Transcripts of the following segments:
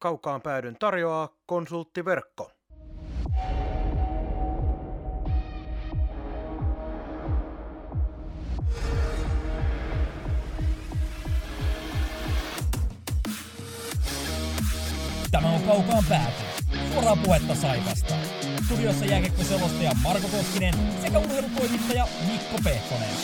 Kaukaan päädyn tarjoaa Konsulttiverkko. Tämä on Kaukaan pääty. Suoraa puhetta Saipasta. Studiossa jääkiekkoselostaja Marko Koskinen sekä urheilutoimittaja Mikko Pehkonen.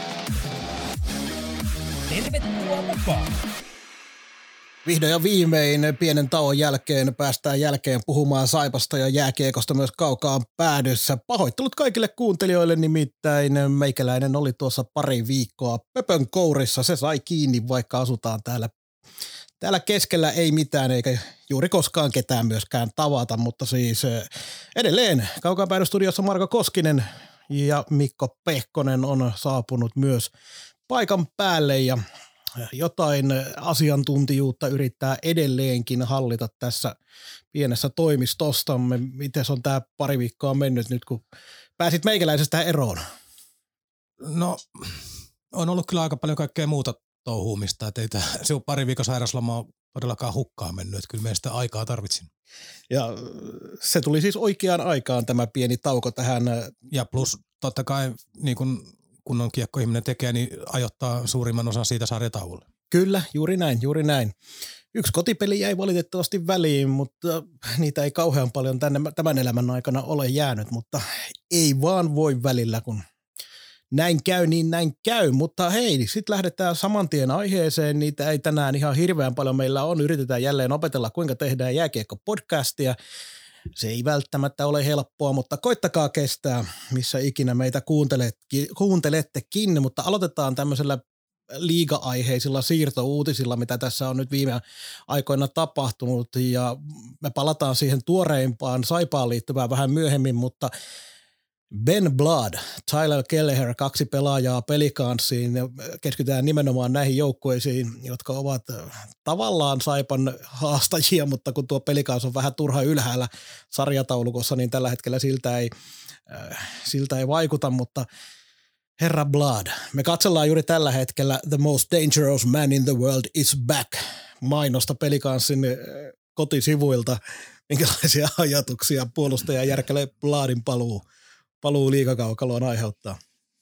Tervetuloa mukaan! Vihdoin ja viimein pienen tauon jälkeen päästään puhumaan Saipasta ja jääkiekosta myös Kaukaan päädyssä. Pahoittelut kaikille kuuntelijoille, nimittäin meikäläinen oli tuossa pari viikkoa pöpön kourissa. Se sai kiinni, vaikka asutaan täällä keskellä ei mitään eikä juuri koskaan ketään myöskään tavata, mutta siis edelleen Kaukaan päädyn studiossa Marko Koskinen ja Mikko Pehkonen on saapunut myös paikan päälle ja jotain asiantuntijuutta yrittää edelleenkin hallita tässä pienessä toimistostamme. Miten on tämä pari viikkoa mennyt nyt, kun pääsit meikäläisestä eroon? No, on ollut kyllä aika paljon kaikkea muuta touhuumista, että ei se on pari viikon sairauslomaa todellakaan hukkaan mennyt, että kyllä meistä aikaa tarvitsin. Ja se tuli siis oikeaan aikaan tämä pieni tauko tähän. Ja plus totta kai niin kun on kiekkoihminen tekee, niin ajoittaa suurimman osan siitä sarjatauolle. Kyllä, juuri näin. Yksi kotipeli jäi valitettavasti väliin, mutta niitä ei kauhean paljon tämän elämän aikana ole jäänyt, mutta ei vaan voi välillä, kun näin käy, niin näin käy. Mutta hei, sitten lähdetään saman tien aiheeseen. Niitä ei tänään ihan hirveän paljon meillä on. Yritetään jälleen opetella, kuinka tehdään jääkiekko-podcastia. Se ei välttämättä ole helppoa, mutta koittakaa kestää, missä ikinä meitä kuuntelettekin, mutta aloitetaan tämmöisellä liiga-aiheisilla siirtouutisilla, mitä tässä on nyt viime aikoina tapahtunut, ja me palataan siihen tuoreimpaan Saipaan liittyvään vähän myöhemmin, mutta Ben Blood, Tyler Kelleher, 2 pelaajaa Pelicansiin, keskitytään nimenomaan näihin joukkueisiin, jotka ovat tavallaan Saipan haastajia, mutta kun tuo Pelicans on vähän turha ylhäällä sarjataulukossa, niin tällä hetkellä siltä ei vaikuta, mutta herra Blood, me katsellaan juuri tällä hetkellä The Most Dangerous Man in the World is Back -mainosta Pelicansin kotisivuilta. Minkälaisia ajatuksia puolustaja Järkälä Bloodin paluu liigakaukaloon aiheuttaa?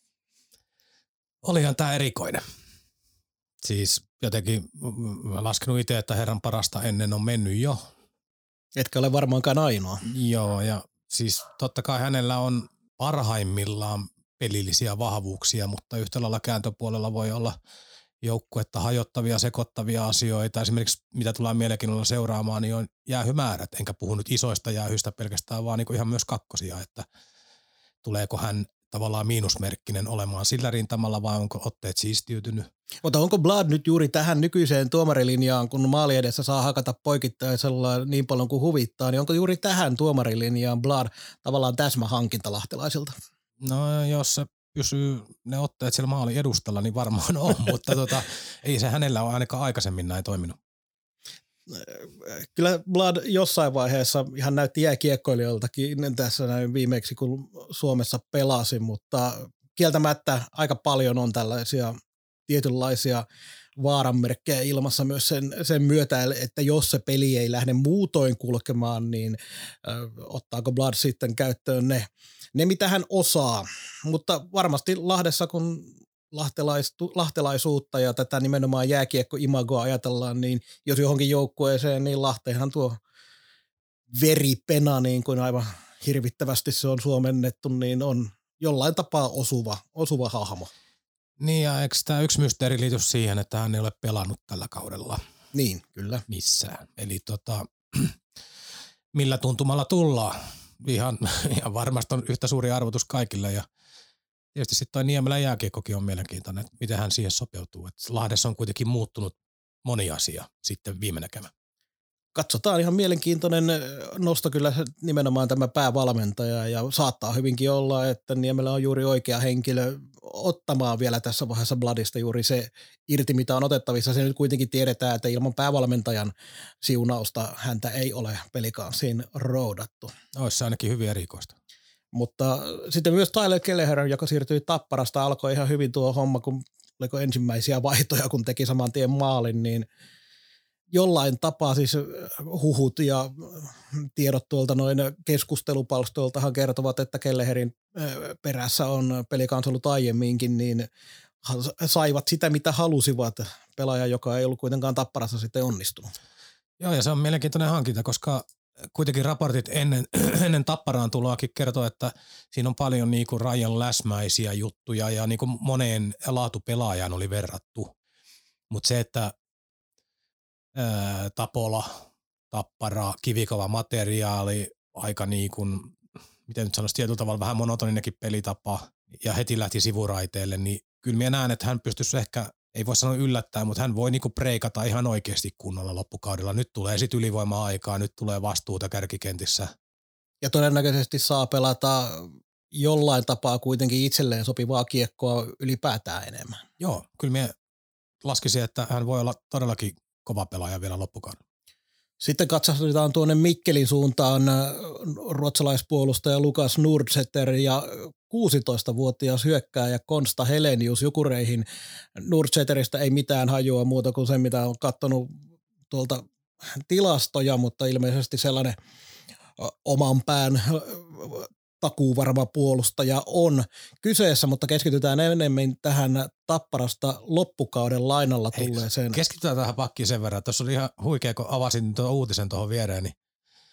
Olihan tämä erikoinen. Siis jotenkin mä laskenut itse, että herran parasta ennen on mennyt jo. Etkä ole varmaankaan ainoa. Joo, ja siis totta kai hänellä on parhaimmillaan pelillisiä vahvuuksia, mutta yhtä lailla kääntöpuolella voi olla joukkuetta hajottavia, sekoittavia asioita. Esimerkiksi mitä tullaan mielenkiinnolla seuraamaan, niin on jäähymäärät. Enkä puhu nyt isoista jäähyistä pelkästään, vaan niin ihan myös kakkosia, että tuleeko hän tavallaan miinusmerkkinen olemaan sillä rintamalla vai onko otteet siistiytynyt? Mutta onko Blood nyt juuri tähän nykyiseen tuomarilinjaan, kun maali edessä saa hakata poikittaisella niin paljon kuin huvittaa, niin onko juuri tähän tuomarilinjaan Blood tavallaan täsmähankinta lahtelaisilta? No jos se pysyy ne otteet siellä maalin edustalla, niin varmaan on, mutta ei se hänellä ole ainakaan aikaisemmin näin toiminut. Kyllä Blood jossain vaiheessa ihan näytti jääkiekkoilijoiltakin tässä näin viimeksi, kun Suomessa pelasi, mutta kieltämättä aika paljon on tällaisia tietynlaisia vaaranmerkkejä ilmassa myös sen myötä, että jos se peli ei lähde muutoin kulkemaan, niin ottaako Blood sitten käyttöön ne mitä hän osaa. Mutta varmasti Lahdessa, kun lahtelaisuutta ja tätä nimenomaan jääkiekko-imagoa ajatellaan, niin jos johonkin joukkueeseen, niin Lahteenhan tuo veripena, niin kuin aivan hirvittävästi se on suomennettu, niin on jollain tapaa osuva hahmo. Niin ja eikö tämä yksi mysteeri liity siihen, että hän ei ole pelannut tällä kaudella? Niin, kyllä. Missään. Eli millä tuntumalla tullaan? Ihan varmasti on yhtä suuri arvotus kaikille ja tietysti sitten toi Niemelän jääkiekkokin on mielenkiintoinen, että miten hän siihen sopeutuu. Et Lahdessa on kuitenkin muuttunut moni asia sitten viime näkemä. Katsotaan, ihan mielenkiintoinen nosto kyllä nimenomaan tämä päävalmentaja ja saattaa hyvinkin olla, että Niemelä on juuri oikea henkilö ottamaan vielä tässä vaiheessa Bloodista juuri se irti, mitä on otettavissa. Se nyt kuitenkin tiedetään, että ilman päävalmentajan siunausta häntä ei ole Pelicansiin roudattu. Olisi se ainakin hyvin erikoista. Mutta sitten myös Tyler Kelleher, joka siirtyi Tapparasta, alkoi ihan hyvin tuo homma, kun oliko ensimmäisiä vaihtoja, kun teki saman tien maalin, niin jollain tapaa siis huhut ja tiedot tuolta noin keskustelupalstoiltahan kertovat, että Kelleherin perässä on Pelicans ollut aiemminkin, niin saivat sitä, mitä halusivat. Pelaaja, joka ei ollut kuitenkaan Tapparassa sitten onnistunut. Joo, ja se on mielenkiintoinen hankinta, koska kuitenkin raportit ennen Tapparaan tuloakin kertoo, että siinä on paljon niin kuin Ryan Läsmäisiä juttuja ja niin kuin moneen laatupelaajaan oli verrattu. Mutta se, että Tapola, Tappara, kivikova materiaali, aika niin kuin, miten nyt sanoisi, tietyllä tavalla vähän monotoninenkin pelitapa ja heti lähti sivuraiteelle, niin kyllä minä näen, että hän pystyisi ehkä, ei voi sanoa yllättää, mutta hän voi niinku breikata ihan oikeasti kunnolla loppukaudella. Nyt tulee sitten ylivoima-aikaa, nyt tulee vastuuta kärkikentissä. Ja todennäköisesti saa pelata jollain tapaa kuitenkin itselleen sopivaa kiekkoa ylipäätään enemmän. Joo, kyllä minä laskisin, että hän voi olla todellakin kova pelaaja vielä loppukaudella. Sitten katsastetaan tuonne Mikkelin suuntaan ruotsalaispuolustaja Lukas Nordsetter ja 16-vuotias hyökkääjä Konsta Helenius Jukureihin. Nordsetteristä ei mitään hajua muuta kuin se, mitä on katsonut tuolta tilastoja, mutta ilmeisesti sellainen oman pään takuuvarma puolustaja on kyseessä, mutta keskitytään enemmän tähän Tapparasta loppukauden lainalla tulleeseen. Keskitytään tähän pakkiin sen verran. Tuossa oli ihan huikea, kun avasin tuon uutisen tuohon viereen, niin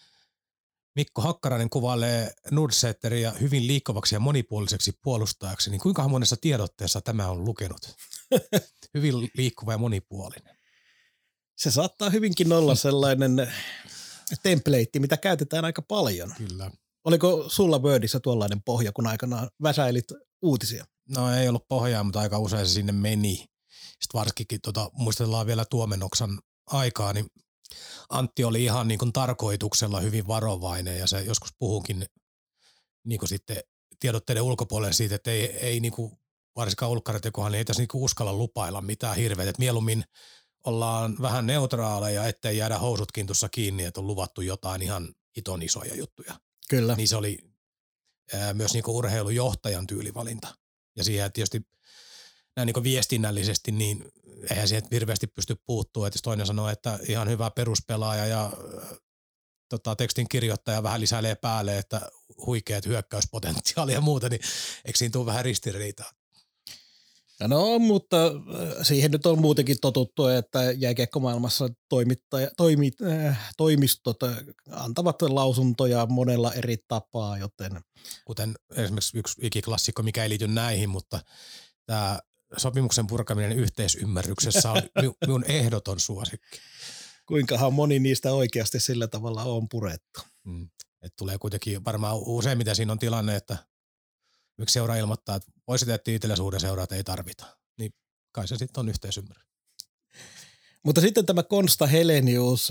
Mikko Hakkarainen kuvailee Nordsetteria hyvin liikkuvaksi ja monipuoliseksi puolustajaksi, niin kuinka monessa tiedotteessa tämä on lukenut? Hyvin liikkuva ja monipuolinen. Se saattaa hyvinkin olla sellainen template, mitä käytetään aika paljon. Kyllä. Oliko sulla Wordissä tuollainen pohja, kun aikanaan väsäilit uutisia? No ei ollut pohjaa, mutta aika usein se sinne meni. Sitten varsinkin muistellaan vielä Tuomenoksan aikaa, niin Antti oli ihan niin kuin tarkoituksella hyvin varovainen ja se joskus puhuukin niin kuin sitten tiedotteiden ulkopuolelle siitä, että ei niin kuin varsinkaan ulkkaritekohan, niin ei tässä niin kuin uskalla lupailla mitään hirveätä. Että mieluummin ollaan vähän neutraaleja, ettei jäädä housut kintussa kiinni, että on luvattu jotain ihan hiton isoja juttuja. Kyllä. Niin se oli myös niin kuin urheilujohtajan tyylivalinta. Ja siihen tietysti näin niin kuin viestinnällisesti, niin eihän siihen hirveästi pysty puuttua. Että jos toinen sanoo, että ihan hyvä peruspelaaja ja tekstin kirjoittaja vähän lisäilee päälle, että huikeat hyökkäyspotentiaalia ja muuta, niin eikö siinä tule vähän ristiriitaa? No, mutta siihen nyt on muutenkin totuttu, että jääkiekkomaailmassa toimistot antavat lausuntoja monella eri tapaa, joten... Kuten esimerkiksi yksi ikiklassikko, mikä ei liity näihin, mutta tämä sopimuksen purkaminen yhteisymmärryksessä on minun ehdoton suosikki. Kuinkahan moni niistä oikeasti sillä tavalla on purettu. Et tulee kuitenkin varmaan useimmiten siinä on tilanne, että miksi seura ilmoittaa, että voisit etsiä itsellesi uuden seuraa, että ei tarvita. Niin kai se sitten on yhteisymmärrys. Mutta sitten tämä Konsta Helenius,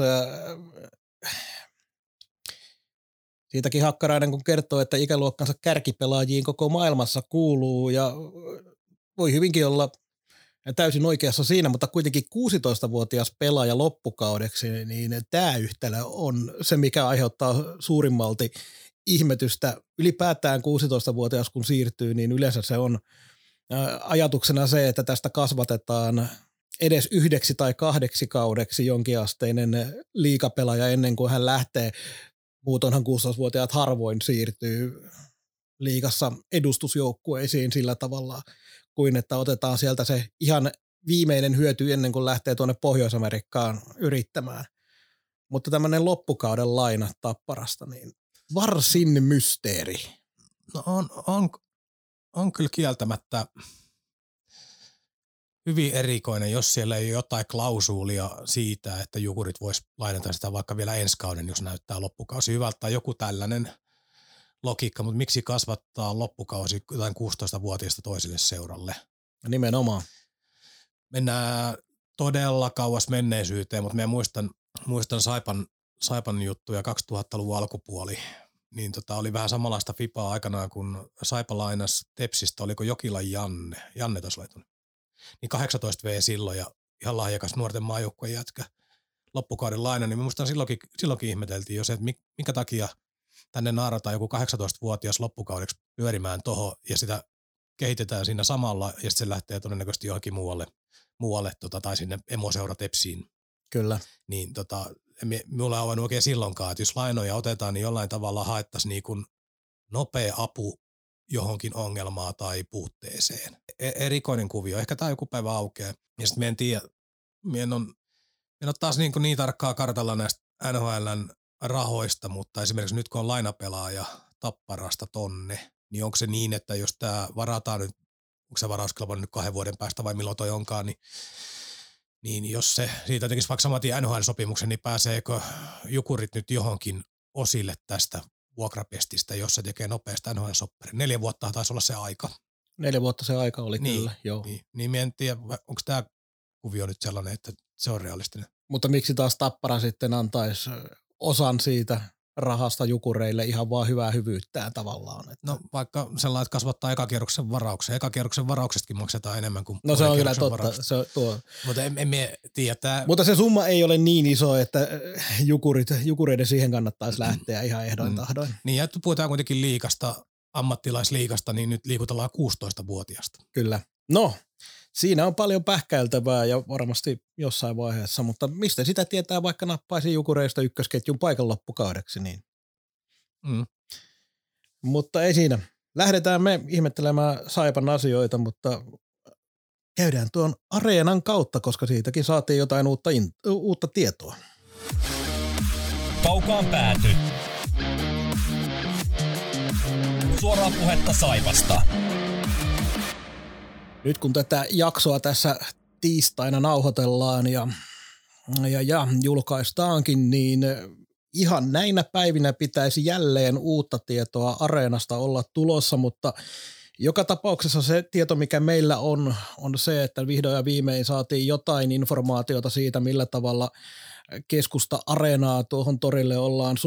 siitäkin Hakkarainen kun kertoo, että ikäluokkansa kärkipelaajiin koko maailmassa kuuluu ja voi hyvinkin olla täysin oikeassa siinä, mutta kuitenkin 16-vuotias pelaaja loppukaudeksi, niin tämä yhtälö on se, mikä aiheuttaa suurimmalti ihmetystä. Ylipäätään 16-vuotias kun siirtyy, niin yleensä se on ajatuksena se, että tästä kasvatetaan edes 1 tai 2 kaudeksi jonkinasteinen liigapelaaja ennen kuin hän lähtee. Muutoinhan 16-vuotiaat harvoin siirtyy liigassa edustusjoukkueisiin sillä tavalla, kuin että otetaan sieltä se ihan viimeinen hyöty ennen kuin lähtee tuonne Pohjois-Amerikkaan yrittämään. Mutta tämmöinen loppukauden laina Tapparasta, niin varsin mysteeri. No on kyllä kieltämättä hyvin erikoinen, jos siellä ei ole jotain klausuulia siitä, että Jukurit vois lainata sitä vaikka vielä ensi kauden, jos näyttää loppukausi hyvältä tai joku tällainen logiikka, mutta miksi kasvattaa loppukausi jotain 16-vuotiaista toiselle seuralle? Nimenomaan. Mennään todella kauas menneisyyteen, mutta mä muistan Saipan juttuja 2000-luvun alkupuoli, niin oli vähän samanlaista fipaa aikanaan, kun Saipa lainasi Tepsistä, oliko Jokilan Janne tuossa laitunut. Niin 18 V silloin ja ihan lahjakas nuorten maajoukkueen jätkä loppukauden laina, niin muistan silloinkin ihmeteltiin jo se, että minkä takia tänne naarataan joku 18-vuotias loppukaudeksi pyörimään tohon ja sitä kehitetään siinä samalla ja sitten se lähtee todennäköisesti johonkin muualle tai sinne emoseura Tepsiin Kyllä. Niin mulla on oikein silloinkaan, että jos lainoja otetaan, niin jollain tavalla haettaisiin niin kuin nopea apu johonkin ongelmaan tai puutteeseen. Erikoinen kuvio. Ehkä tämä joku päivä aukeaa. Ja sitten en tiedä, en ole taas niin tarkkaa kartalla näistä NHL:n rahoista, mutta esimerkiksi nyt kun on lainapelaaja Tapparasta tonne, niin onko se niin, että jos tämä varataan nyt, onko se varauskelpoinen nyt 2 vuoden päästä vai milloin toi onkaan, niin jos se siitä tekisi vaikka saman tien NHL-sopimuksen, niin pääseekö Jukurit nyt johonkin osille tästä vuokrapestistä, jos se tekee nopeasti NHL-sopparin? 4 vuotta taisi olla se aika. 4 vuotta se aika oli niin, kyllä, joo. Niin en tiedä, onko tämä kuvio nyt sellainen, että se on realistinen. Mutta miksi taas Tappara sitten antaisi osan siitä rahasta Jukureille ihan vaan hyvää hyvyyttään tavallaan? Että. No vaikka sellainen, että kasvattaa ekakierroksen varauksen. Ekakierroksen varauksestakin maksetaan enemmän kuin no se on kyllä totta. Se tuo. Mutta emme tiedä. Mutta se summa ei ole niin iso, että Jukureiden siihen kannattaisi lähteä ihan ehdoin tahdoin. Niin ja puhutaan kuitenkin liigasta, ammattilaisliigasta, niin nyt liikutellaan 16-vuotiaasta. Kyllä. No, siinä on paljon pähkäiltävää ja varmasti jossain vaiheessa, mutta mistä sitä tietää, vaikka nappaisi Jukureista ykkösketjun paikan loppukaudeksi, niin. Mutta ei siinä. Lähdetään me ihmettelemään Saipan asioita, mutta käydään tuon Areenan kautta, koska siitäkin saatiin jotain uutta tietoa. Kaukaan pääty. Suoraa puhetta Saipasta. Nyt kun tätä jaksoa tässä tiistaina nauhoitellaan ja julkaistaankin, niin ihan näinä päivinä pitäisi jälleen uutta tietoa Areenasta olla tulossa, mutta joka tapauksessa se tieto, mikä meillä on se, että vihdoin ja viimein saatiin jotain informaatiota siitä, millä tavalla keskusta Areenaa tuohon torille ollaan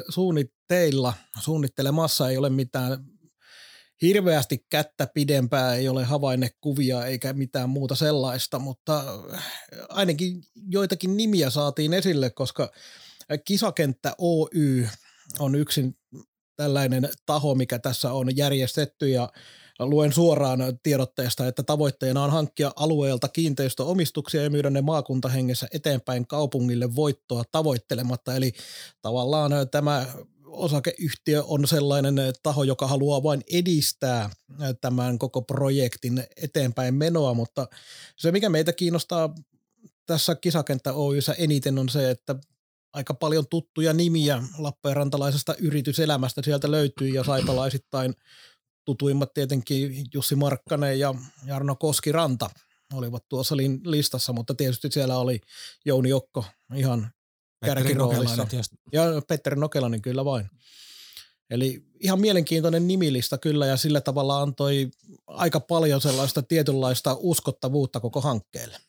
suunnittelemassa, ei ole mitään hirveästi kättä pidempää, ei ole havainnekuvia eikä mitään muuta sellaista, mutta ainakin joitakin nimiä saatiin esille, koska Kisakenttä Oy on yksin tällainen taho, mikä tässä on järjestetty ja luen suoraan tiedotteesta, että tavoitteena on hankkia alueelta kiinteistöomistuksia ja myydä ne maakuntahengessä eteenpäin kaupungille voittoa tavoittelematta. Eli tavallaan tämä osakeyhtiö on sellainen taho, joka haluaa vain edistää tämän koko projektin eteenpäin menoa, mutta se mikä meitä kiinnostaa tässä Kisakenttä Oy:ssä eniten on se, että aika paljon tuttuja nimiä lappeenrantalaisesta yrityselämästä sieltä löytyy ja saipalaisittain tutuimmat tietenkin Jussi Markkanen ja Jarno Koskiranta olivat tuossa listassa, mutta tietysti siellä oli Jouni Okko ihan kärkiroolissa. Ja Petteri Nokelainen kyllä vain. Eli ihan mielenkiintoinen nimilista kyllä ja sillä tavalla antoi aika paljon sellaista tietynlaista uskottavuutta koko hankkeelle.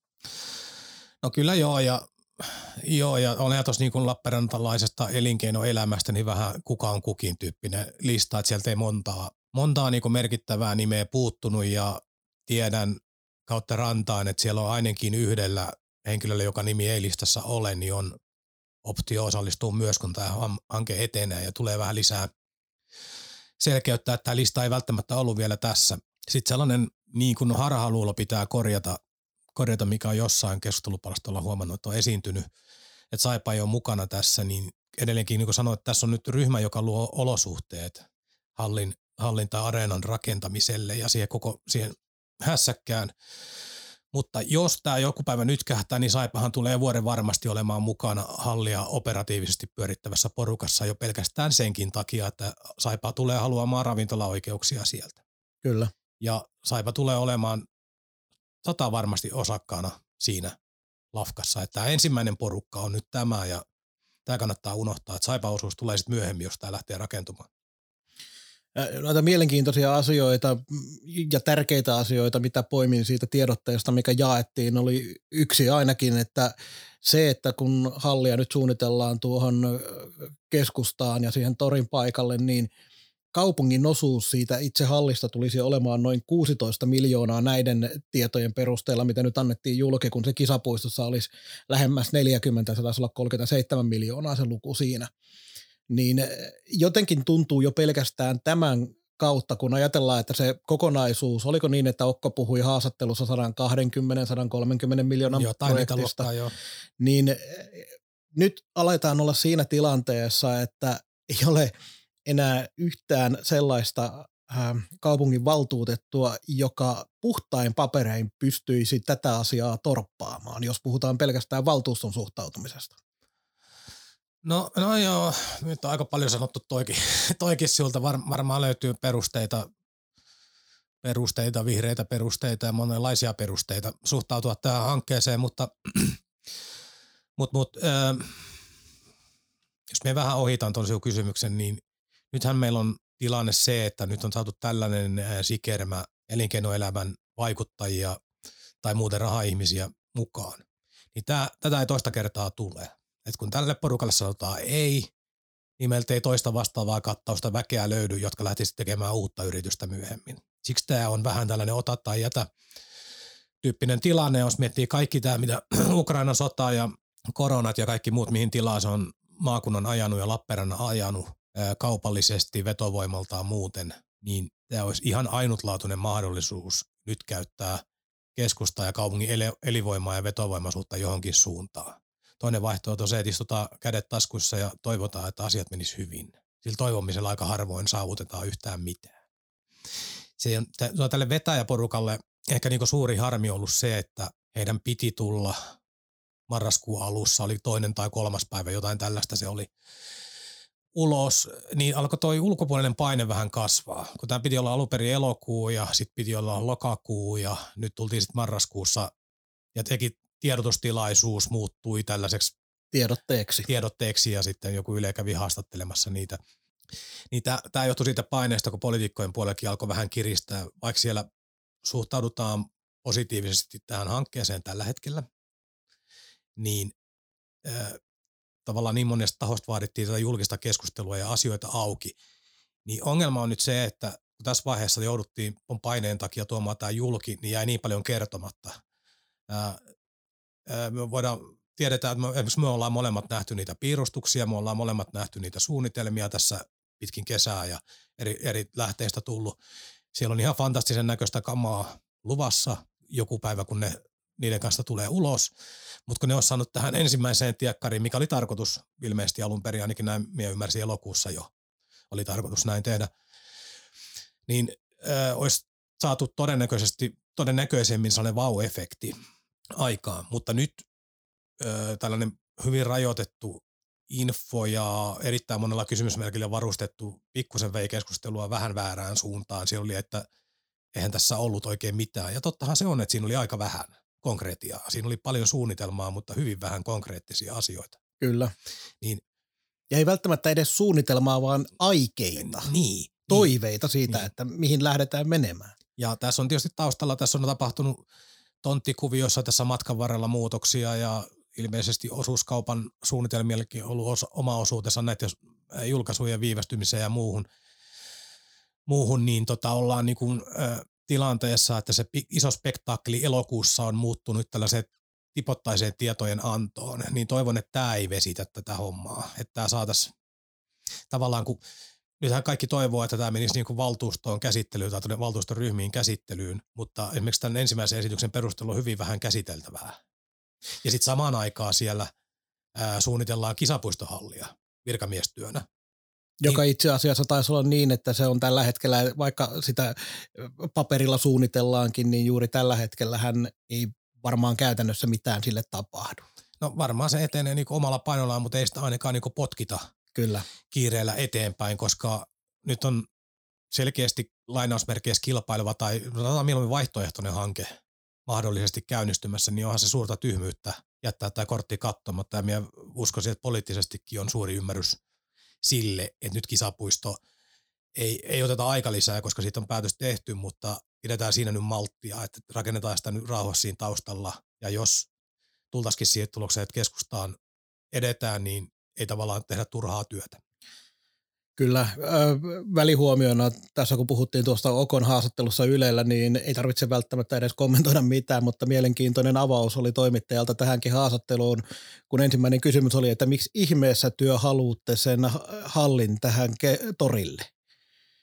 No kyllä joo ja olen tuossa niin kuin lappeenrantalaisesta elinkeinoelämästä niin vähän kuka on kukin tyyppinen lista, että sieltä ei montaa niin kuin merkittävää nimeä puuttunut ja tiedän kautta rantaan, että siellä on ainakin yhdellä henkilöllä, joka nimi ei listassa ole, niin on optio osallistua myös, kun tämä hanke etenee ja tulee vähän lisää selkeyttää, että tämä lista ei välttämättä ollut vielä tässä. Sitten sellainen niin kuin harhaluulo pitää korjata, mikä on jossain keskustelupalstolla huomannut, että on esiintynyt, että Saipa ei ole mukana tässä, niin edelleenkin niin kuin sanoin, että tässä on nyt ryhmä, joka luo olosuhteet hallin tai areenan rakentamiselle ja siihen hässäkkään. Mutta jos tämä joku päivä nyt kähtää, niin Saipahan tulee vuoden varmasti olemaan mukana hallia operatiivisesti pyörittävässä porukassa jo pelkästään senkin takia, että Saipa tulee haluamaan ravintolaoikeuksia sieltä. Kyllä. Ja Saipa tulee olemaan varmasti osakkaana siinä lafkassa, että tämä ensimmäinen porukka on nyt tämä ja tämä kannattaa unohtaa, että Saipa-osuus tulee sitten myöhemmin, jos tämä lähtee rakentumaan. Noita mielenkiintoisia asioita ja tärkeitä asioita, mitä poimin siitä tiedotteesta, mikä jaettiin, oli yksi ainakin, että se, että kun hallia nyt suunnitellaan tuohon keskustaan ja siihen torin paikalle, niin kaupungin osuus siitä itse hallista tulisi olemaan noin 16 miljoonaa näiden tietojen perusteella, mitä nyt annettiin julki, kun se kisapuistossa olisi lähemmäs 40, se taisi olla 37 miljoonaa se luku siinä. Niin jotenkin tuntuu jo pelkästään tämän kautta, kun ajatellaan, että se kokonaisuus, oliko niin, että Okko puhui haastattelussa 120-130 miljoonan projektista, niin nyt aletaan olla siinä tilanteessa, että ei ole enää yhtään sellaista kaupungin valtuutettua, joka puhtain paperein pystyisi tätä asiaa torppaamaan, jos puhutaan pelkästään valtuuston suhtautumisesta. No joo, nyt on aika paljon sanottu toikin siltä. Varmaan löytyy perusteita, vihreitä perusteita ja monenlaisia perusteita suhtautua tähän hankkeeseen, mutta jos me vähän ohitan tuon sinun kysymyksen, niin nythän meillä on tilanne se, että nyt on saatu tällainen sikermä elinkeinoelämän vaikuttajia tai muuten raha-ihmisiä mukaan. Niin tätä ei toista kertaa tule. Et kun tälle porukalle sanotaan ei, niin meiltä ei toista vastaavaa kattausta väkeä löydy, jotka lähtisi tekemään uutta yritystä myöhemmin. Siksi tämä on vähän tällainen ota tai jätä tyyppinen tilanne, jos miettii kaikki tämä, mitä Ukrainan sota ja koronat ja kaikki muut, mihin tilaa se on maakunnan ajanut ja Lappeenrannan ajanut kaupallisesti, vetovoimaltaan muuten, niin tämä olisi ihan ainutlaatuinen mahdollisuus nyt käyttää keskustaa ja kaupungin elinvoimaa ja vetovoimaisuutta johonkin suuntaan. Toinen vaihtoehto on se, että istutaan kädet taskuissa ja toivotaan, että asiat menis hyvin. Sillä toivomisella aika harvoin saavutetaan yhtään mitään. Se on tälle vetäjäporukalle ehkä niin suuri harmi ollut se, että heidän piti tulla marraskuun alussa, oli 2. tai 3. päivä, jotain tällaista se oli, ulos, niin alkoi toi ulkopuolinen paine vähän kasvaa. Kun tämä piti olla alun perin elokuu ja sitten piti olla lokakuu ja nyt tultiin sitten marraskuussa ja tiedotustilaisuus muuttui tällaiseksi tiedotteeksi ja sitten joku Yle kävi haastattelemassa niitä. Niin tämä johtui siitä paineesta, kun poliitikkojen puolellakin alkoi vähän kiristää, vaikka siellä suhtaudutaan positiivisesti tähän hankkeeseen tällä hetkellä, niin tavallaan niin monesta tahosta vaadittiin tätä julkista keskustelua ja asioita auki. Niin ongelma on nyt se, että kun tässä vaiheessa jouduttiin paineen takia tuomaan tämä julki, niin jäi niin paljon kertomatta. Me tiedetään, että esimerkiksi me ollaan molemmat nähty niitä piirustuksia, me ollaan molemmat nähty niitä suunnitelmia tässä pitkin kesää ja eri lähteistä tullut. Siellä on ihan fantastisen näköistä kamaa luvassa joku päivä, kun niiden kanssa tulee ulos, mutta kun ne on saanut tähän ensimmäiseen tiekkariin, mikä oli tarkoitus ilmeisesti alun perin, ainakin näin minä ymmärsin elokuussa jo, oli tarkoitus näin tehdä, niin olisi saatu todennäköisemmin sellainen vau-efekti aikaan, mutta nyt tällainen hyvin rajoitettu info ja erittäin monella kysymysmerkillä varustettu pikkusen vei keskustelua vähän väärään suuntaan. Siellä oli, että eihän tässä ollut oikein mitään. Ja tottahan se on, että siinä oli aika vähän konkreettiaa. Siinä oli paljon suunnitelmaa, mutta hyvin vähän konkreettisia asioita. Kyllä. Niin, ja ei välttämättä edes suunnitelmaa, vaan aikeita. Toiveita siitä, että mihin lähdetään menemään. Ja tässä on tietysti taustalla, tässä on tapahtunut tonttikuviossa tässä matkan varrella muutoksia ja ilmeisesti osuuskaupan suunnitelmillakin on ollut oma osuutensa näiden julkaisujen viivästymiseen ja muuhun niin ollaan niin kuin, tilanteessa, että se iso spektaakeli elokuussa on muuttunut tällaiseen tipottaiseen tietojen antoon, niin toivon, että tämä ei vesitä tätä hommaa, että tämä saataisiin tavallaan, kun nythän kaikki toivoo, että tämä menisi niin kuin valtuustoon käsittelyyn tai tuonne valtuuston ryhmiin käsittelyyn, mutta esimerkiksi tämän ensimmäisen esityksen perusteella on hyvin vähän käsiteltävää. Ja sitten samaan aikaan siellä suunnitellaan kisapuistohallia virkamiestyönä. Joka itse asiassa taisi olla niin, että se on tällä hetkellä, vaikka sitä paperilla suunnitellaankin, niin juuri tällä hetkellä hän ei varmaan käytännössä mitään sille tapahdu. No varmaan se etenee niin kuin omalla painollaan, mutta ei sitä ainakaan niin kuin potkita Kyllä. kiireellä eteenpäin, koska nyt on selkeästi lainausmerkeissä kilpaileva tai mieluummin vaihtoehtoinen hanke mahdollisesti käynnistymässä, niin onhan se suurta tyhmyyttä jättää tämä kortti katsomatta. Ja minä uskoisin, että poliittisestikin on suuri ymmärrys sille, että nyt kisapuisto ei oteta aikalisää, koska siitä on päätös tehty, mutta pidetään siinä nyt malttia, että rakennetaan sitä nyt rauhassa siinä taustalla. Ja jos tultaisikin siihen tulokseen, että keskustaan edetään, niin ei tavallaan tehdä turhaa työtä. Kyllä, välihuomiona tässä kun puhuttiin tuosta Okon haastattelussa Ylellä, niin ei tarvitse välttämättä edes kommentoida mitään, mutta mielenkiintoinen avaus oli toimittajalta tähänkin haastatteluun, kun ensimmäinen kysymys oli, että miksi ihmeessä työ haluatte sen hallin tähän torille?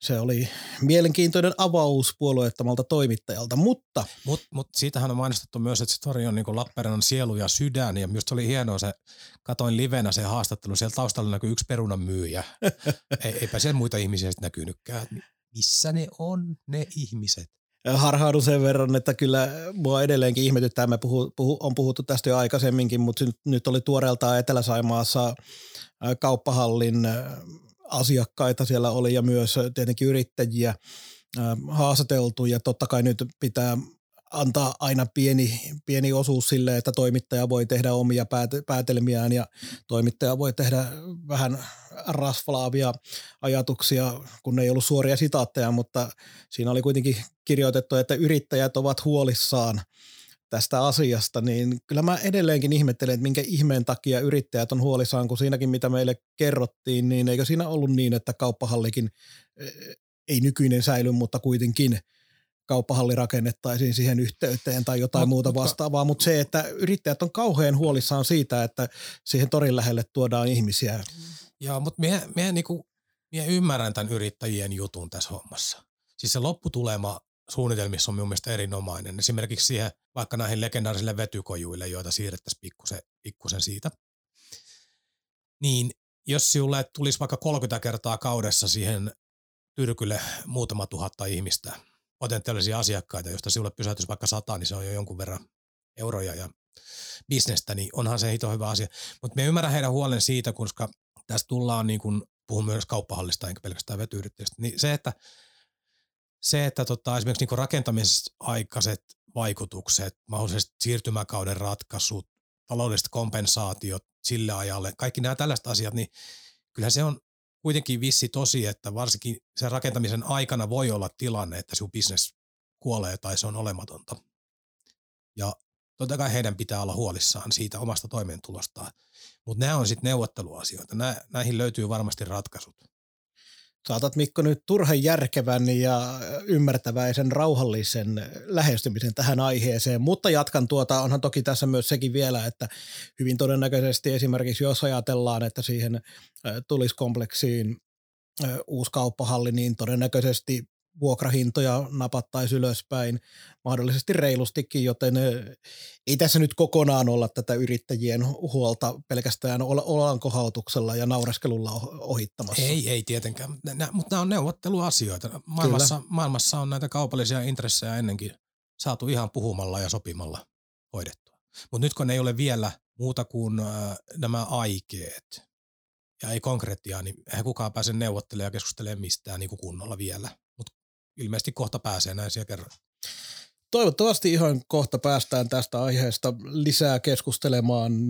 Se oli mielenkiintoinen avaus puolueettomalta toimittajalta, mutta... Mutta siitähän on mainostettu myös, että se tori on niin Lappeenrannan sielu ja sydän, ja minusta oli hienoa se, katoin livenä se haastattelu, siellä taustalla näkyy yksi perunan myyjä. Eipä siellä muita ihmisiä sitten näkynytkään. Missä ne on, ne ihmiset? Harhaudun sen verran, että kyllä mua edelleenkin ihmetyttää, on puhuttu tästä jo aikaisemminkin, mutta nyt oli tuoreeltaan Etelä-Saimaassa kauppahallin asiakkaita siellä oli ja myös tietenkin yrittäjiä haastateltu ja totta kai nyt pitää antaa aina pieni osuus sille, että toimittaja voi tehdä omia päätelmiään ja toimittaja voi tehdä vähän rasvalaavia ajatuksia, kun ei ollut suoria sitaatteja, mutta siinä oli kuitenkin kirjoitettu, että yrittäjät ovat huolissaan tästä asiasta, niin kyllä mä edelleenkin ihmettelen, että minkä ihmeen takia yrittäjät on huolissaan, kun siinäkin mitä meille kerrottiin, niin eikö siinä ollut niin, että kauppahallikin ei nykyinen säily, mutta kuitenkin kauppahalli rakennettaisiin siihen yhteyteen tai jotain muuta vastaavaa, mutta se, että yrittäjät on kauhean huolissaan siitä, että siihen torin lähelle tuodaan ihmisiä. Joo, mutta minä ymmärrän tämän yrittäjien jutun tässä hommassa. Siis se lopputulema suunnitelmissa on minun mielestä erinomainen. Esimerkiksi siihen vaikka näihin legendaarisille vetykojuille, joita siirrettäisiin pikkusen siitä. Niin jos sinulle tulisi vaikka 30 kertaa kaudessa siihen tyrkylle muutama tuhatta ihmistä, potentiaalisia asiakkaita, josta sinulle pysäytyisi vaikka 100, niin se on jo jonkun verran euroja ja bisnestä, niin onhan se hito hyvä asia. Mutta me ymmärrän heidän huolen siitä, koska tässä tullaan, niin kun puhun myös kauppahallista, enkä pelkästään vetyyrittäjistä, niin se, että esimerkiksi niin rakentamisaikaiset vaikutukset, mahdollisesti siirtymäkauden ratkaisut, taloudelliset kompensaatiot sille ajalle, kaikki nämä tällaiset asiat, niin kyllähän se on kuitenkin vissi tosi, että varsinkin sen rakentamisen aikana voi olla tilanne, että sinun business kuolee tai se on olematonta. Ja totta kai heidän pitää olla huolissaan siitä omasta toimeentulostaan. Mutta nämä on sitten neuvotteluasioita. Näihin löytyy varmasti ratkaisut. Saatat Mikko nyt turhan järkevän ja ymmärtäväisen rauhallisen lähestymisen tähän aiheeseen, mutta jatkan onhan toki tässä myös sekin vielä, että hyvin todennäköisesti esimerkiksi jos ajatellaan, että siihen tulisi kompleksiin uusi kauppahalli, niin todennäköisesti vuokrahintoja napattaisi ylöspäin, mahdollisesti reilustikin, joten ei tässä nyt kokonaan olla tätä yrittäjien huolta pelkästään olankohautuksella ja naureskelulla ohittamassa. Ei tietenkään, mutta nämä on neuvotteluasioita. Maailmassa on näitä kaupallisia intressejä ennenkin saatu ihan puhumalla ja sopimalla hoidettua. Mutta nyt kun ei ole vielä muuta kuin nämä aikeet ja ei konkreettia, niin eihän kukaan pääse neuvottelemaan ja keskustelemaan mistään niin kuin kunnolla vielä. Ilmeisesti kohta pääsee, näin siellä kerran. Toivottavasti ihan kohta päästään tästä aiheesta lisää keskustelemaan.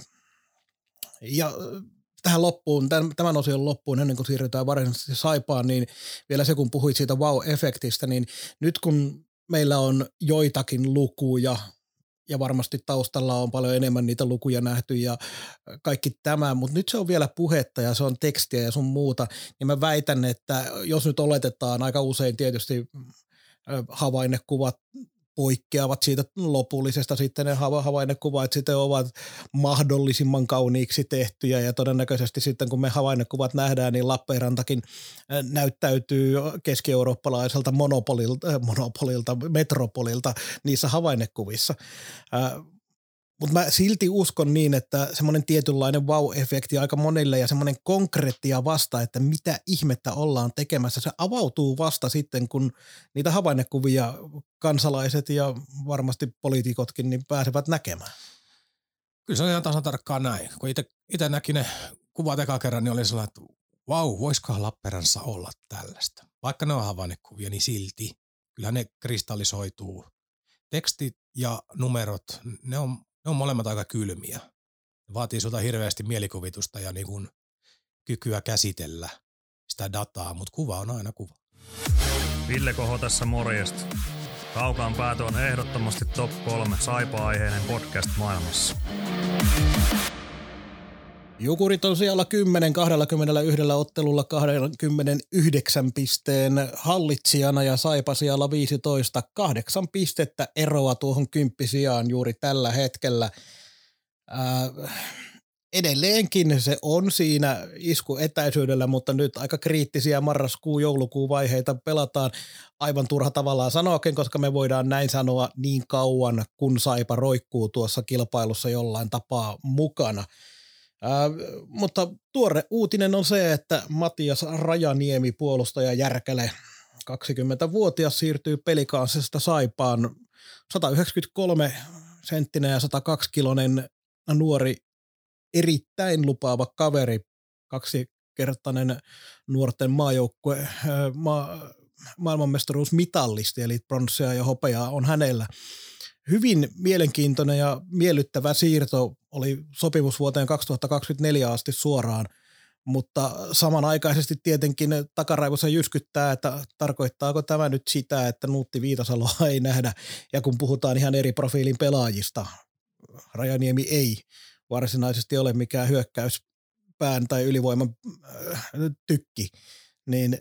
Ja tähän loppuun, tämän osion loppuun, ennen kuin siirrytään varsinaisesti Saipaan, niin vielä se, kun puhuit siitä wow-efektistä, niin nyt kun meillä on joitakin lukuja, ja varmasti taustalla on paljon enemmän niitä lukuja nähty ja kaikki tämä, mutta nyt se on vielä puhetta ja se on tekstiä ja sun muuta, niin mä väitän, että jos nyt oletetaan, aika usein tietysti havainnekuvat poikkeavat siitä lopullisesta, sitten ne havainnekuvat sitten ovat mahdollisimman kauniiksi tehtyjä ja todennäköisesti sitten kun me havainnekuvat nähdään, niin Lappeenrantakin näyttäytyy keski-eurooppalaiselta metropolilta niissä havainnekuvissa. Mutta mä silti uskon niin, että semmoinen tietynlainen wow-efekti aika monille ja semmoinen konkreettia vasta, että mitä ihmettä ollaan tekemässä, se avautuu vasta sitten, kun niitä havainnekuvia kansalaiset ja varmasti poliitikotkin niin pääsevät näkemään. Kyllä se on ihan tasan tarkkaan näin. Kun itse näki ne kuvat eka kerran, niin oli sellainen, että vau, voisikohan Lappeenrannassa olla tällaista. Vaikka ne on havainnekuvia, niin silti. Kyllähän ne kristallisoituu. Tekstit ja numerot, ne on molemmat aika kylmiä. Ne vaatii sulta hirveästi mielikuvitusta ja niin kuin kykyä käsitellä sitä dataa, mutta kuva on aina kuva. Ville Koho tässä morjesta. Kaukaan päätö on ehdottomasti top 3 Saipa-aiheinen podcast maailmassa. Jukurit on siellä 10, 21 ottelulla 29 pisteen hallitsijana ja Saipa siellä 15, 8 pistettä eroa tuohon 10 sijaan juuri tällä hetkellä. edelleenkin se on siinä iskuetäisyydellä, mutta nyt aika kriittisiä marraskuu-joulukuun vaiheita pelataan. Aivan turha tavallaan sanoakin, koska me voidaan näin sanoa niin kauan, kun Saipa roikkuu tuossa kilpailussa jollain tapaa mukana. Mutta tuore uutinen on se, että Matias Rajaniemi, puolustaja Järkäle, 20-vuotias, siirtyy Pelikansista Saipaan. 193-senttinen ja 102-kiloinen nuori, erittäin lupaava kaveri, 2-kertainen nuorten maajoukkue, maailmanmestaruusmitallisti, eli pronssia ja hopeaa on hänellä. Hyvin mielenkiintoinen ja miellyttävä siirto, oli sopimus vuoteen 2024 asti suoraan, mutta samanaikaisesti tietenkin takaraivossa jyskyttää, että tarkoittaako tämä nyt sitä, että Nuutti Viitasaloa ei nähdä, ja kun puhutaan ihan eri profiilin pelaajista, Rajaniemi ei varsinaisesti ole mikään hyökkäyspään tai ylivoiman tykki, niin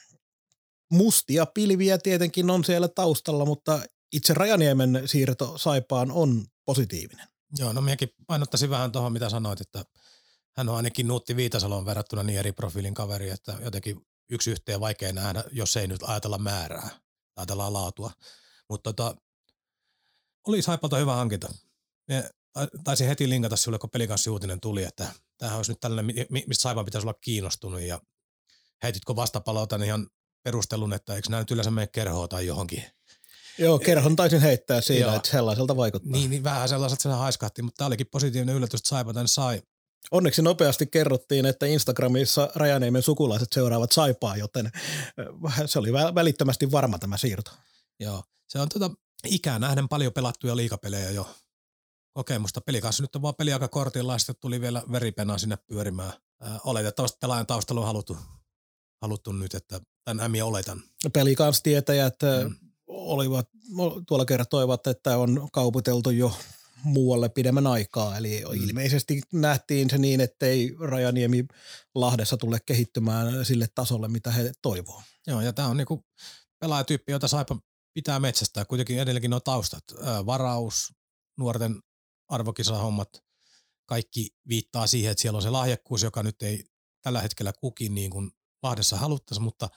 mustia pilviä tietenkin on siellä taustalla, mutta itse Rajaniemen siirto Saipaan on positiivinen. Joo, no minäkin painottaisin vähän tuohon, mitä sanoit, että hän on ainakin Nuutti Viitasaloon verrattuna niin eri profiilin kaveri, että jotenkin yksi yhteen vaikea nähdä, jos ei nyt ajatella määrää, ajatellaan laatua. Mutta oli Saipalta hyvä hankinta. Taisin heti linkata sinulle, kun Pelikanssi-uutinen tuli, että tämähän olisi nyt tällainen, mistä Saipan pitäisi olla kiinnostunut, ja heititkö vastapalautan ihan perustelun, että eikö nämä nyt yleensä mene kerhoon tai johonkin. Joo, kerhon taisin heittää siinä, että sellaiselta vaikuttaa. Niin vähän sellaiset se haiskahti, mutta tämä olikin positiivinen yllätys, että Saipa tänne sai. Onneksi nopeasti kerrottiin, että Instagramissa Rajaniemen sukulaiset seuraavat Saipaa, joten se oli välittömästi varma tämä siirto. Joo, se on ikää nähden paljon pelattuja liigapelejä jo kokemusta. Pelikanssi nyt on vaan peliaikakortilla ja sitten tuli vielä veripenaa sinne pyörimään. Oletettavasti pelaajan taustalla on haluttu nyt, että tämän ämiä oletan. Pelikanssi-tietäjät olivat, tuolla kertoivat, että on kauputeltu jo muualle pidemmän aikaa, eli ilmeisesti nähtiin se niin, ettei Rajaniemi Lahdessa tule kehittymään sille tasolle, mitä he toivoo. Joo, ja tämä on niinku pelaajatyyppi, jota Saipa pitää metsästää. Kuitenkin edelleenkin nuo taustat, varaus, nuorten arvokisahommat, kaikki viittaa siihen, että siellä on se lahjakkuus, joka nyt ei tällä hetkellä kukin niin kuin Lahdessa haluttaisi, mutta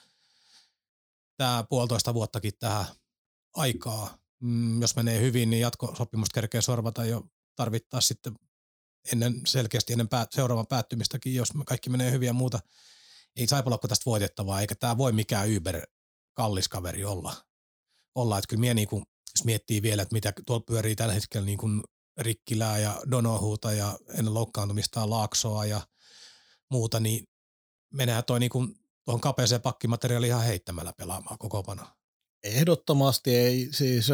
tämä 1,5 vuottakin tähän aikaa, jos menee hyvin, niin jatkosopimusta kerkee sorvata jo tarvittaessa sitten selkeästi ennen seuraavan päättymistäkin, jos kaikki menee hyvin ja muuta. Ei Saipalla ole tästä voitettavaa, eikä tämä voi mikään kallis kaveri olla. Että kyllä minä, niin kuin, jos miettii vielä, että mitä tuolla pyörii tällä hetkellä niin kuin Rikkilää ja Donohuuta ja ennen loukkaantumistaan Laaksoa ja muuta, niin menehän toi niin kuin tuohon kapeeseen pakkimateriaaliin ihan heittämällä pelaamaan kokoonpano. Ehdottomasti ei, siis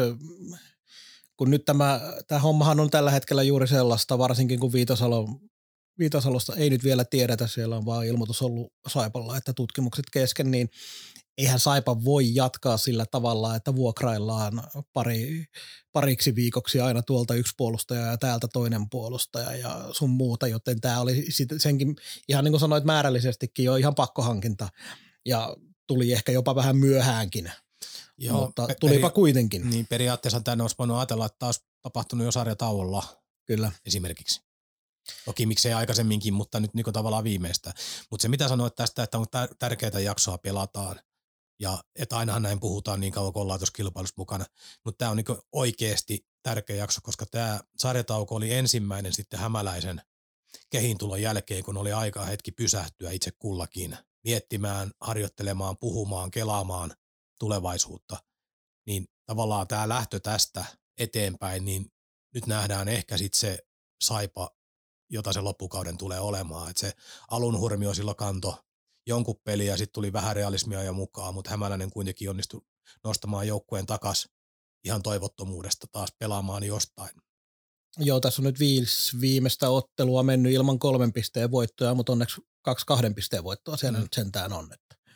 kun nyt tämä hommahan on tällä hetkellä juuri sellaista, varsinkin kun Viitasalosta ei nyt vielä tiedetä, siellä on vaan ilmoitus ollut Saipalla, että tutkimukset kesken, niin eihän Saipa voi jatkaa sillä tavalla, että vuokraillaan pariksi viikoksi aina tuolta yksi puolustaja ja täältä toinen puolustaja ja sun muuta, joten tämä oli senkin, ihan niin kuin sanoit, määrällisesti jo ihan pakkohankinta ja tuli ehkä jopa vähän myöhäänkin. Joo, mutta tulipa kuitenkin. Niin periaatteessa tänne olisi voinut ajatella, että tämä olisi tapahtunut jo sarjatauolla. Kyllä. Esimerkiksi. Toki miksei aikaisemminkin, mutta nyt niin tavallaan viimeistä. Mutta se mitä sanoit tästä, että on tärkeää jaksoa pelataan ja että ainahan näin puhutaan niin kauan, kun ollaan tuossa kilpailussa mukana. Mutta tämä on niin oikeasti tärkeä jakso, koska tämä sarjatauko oli ensimmäinen sitten Hämäläisen kehiintulon jälkeen, kun oli aikaa hetki pysähtyä itse kullakin, miettimään, harjoittelemaan, puhumaan, kelaamaan tulevaisuutta. Niin tavallaan tämä lähtö tästä eteenpäin, niin nyt nähdään ehkä sitten se Saipa, jota se loppukauden tulee olemaan. Että se alun hurmio silloin kanto jonkun peliä ja sitten tuli vähän realismia jo mukaan, mutta Hämäläinen kuitenkin onnistui nostamaan joukkueen takas ihan toivottomuudesta taas pelaamaan jostain. Joo, tässä on nyt 5 viimeistä ottelua mennyt ilman 3 pisteen voittoja, mutta onneksi 2 pisteen voittoa siellä nyt sentään on.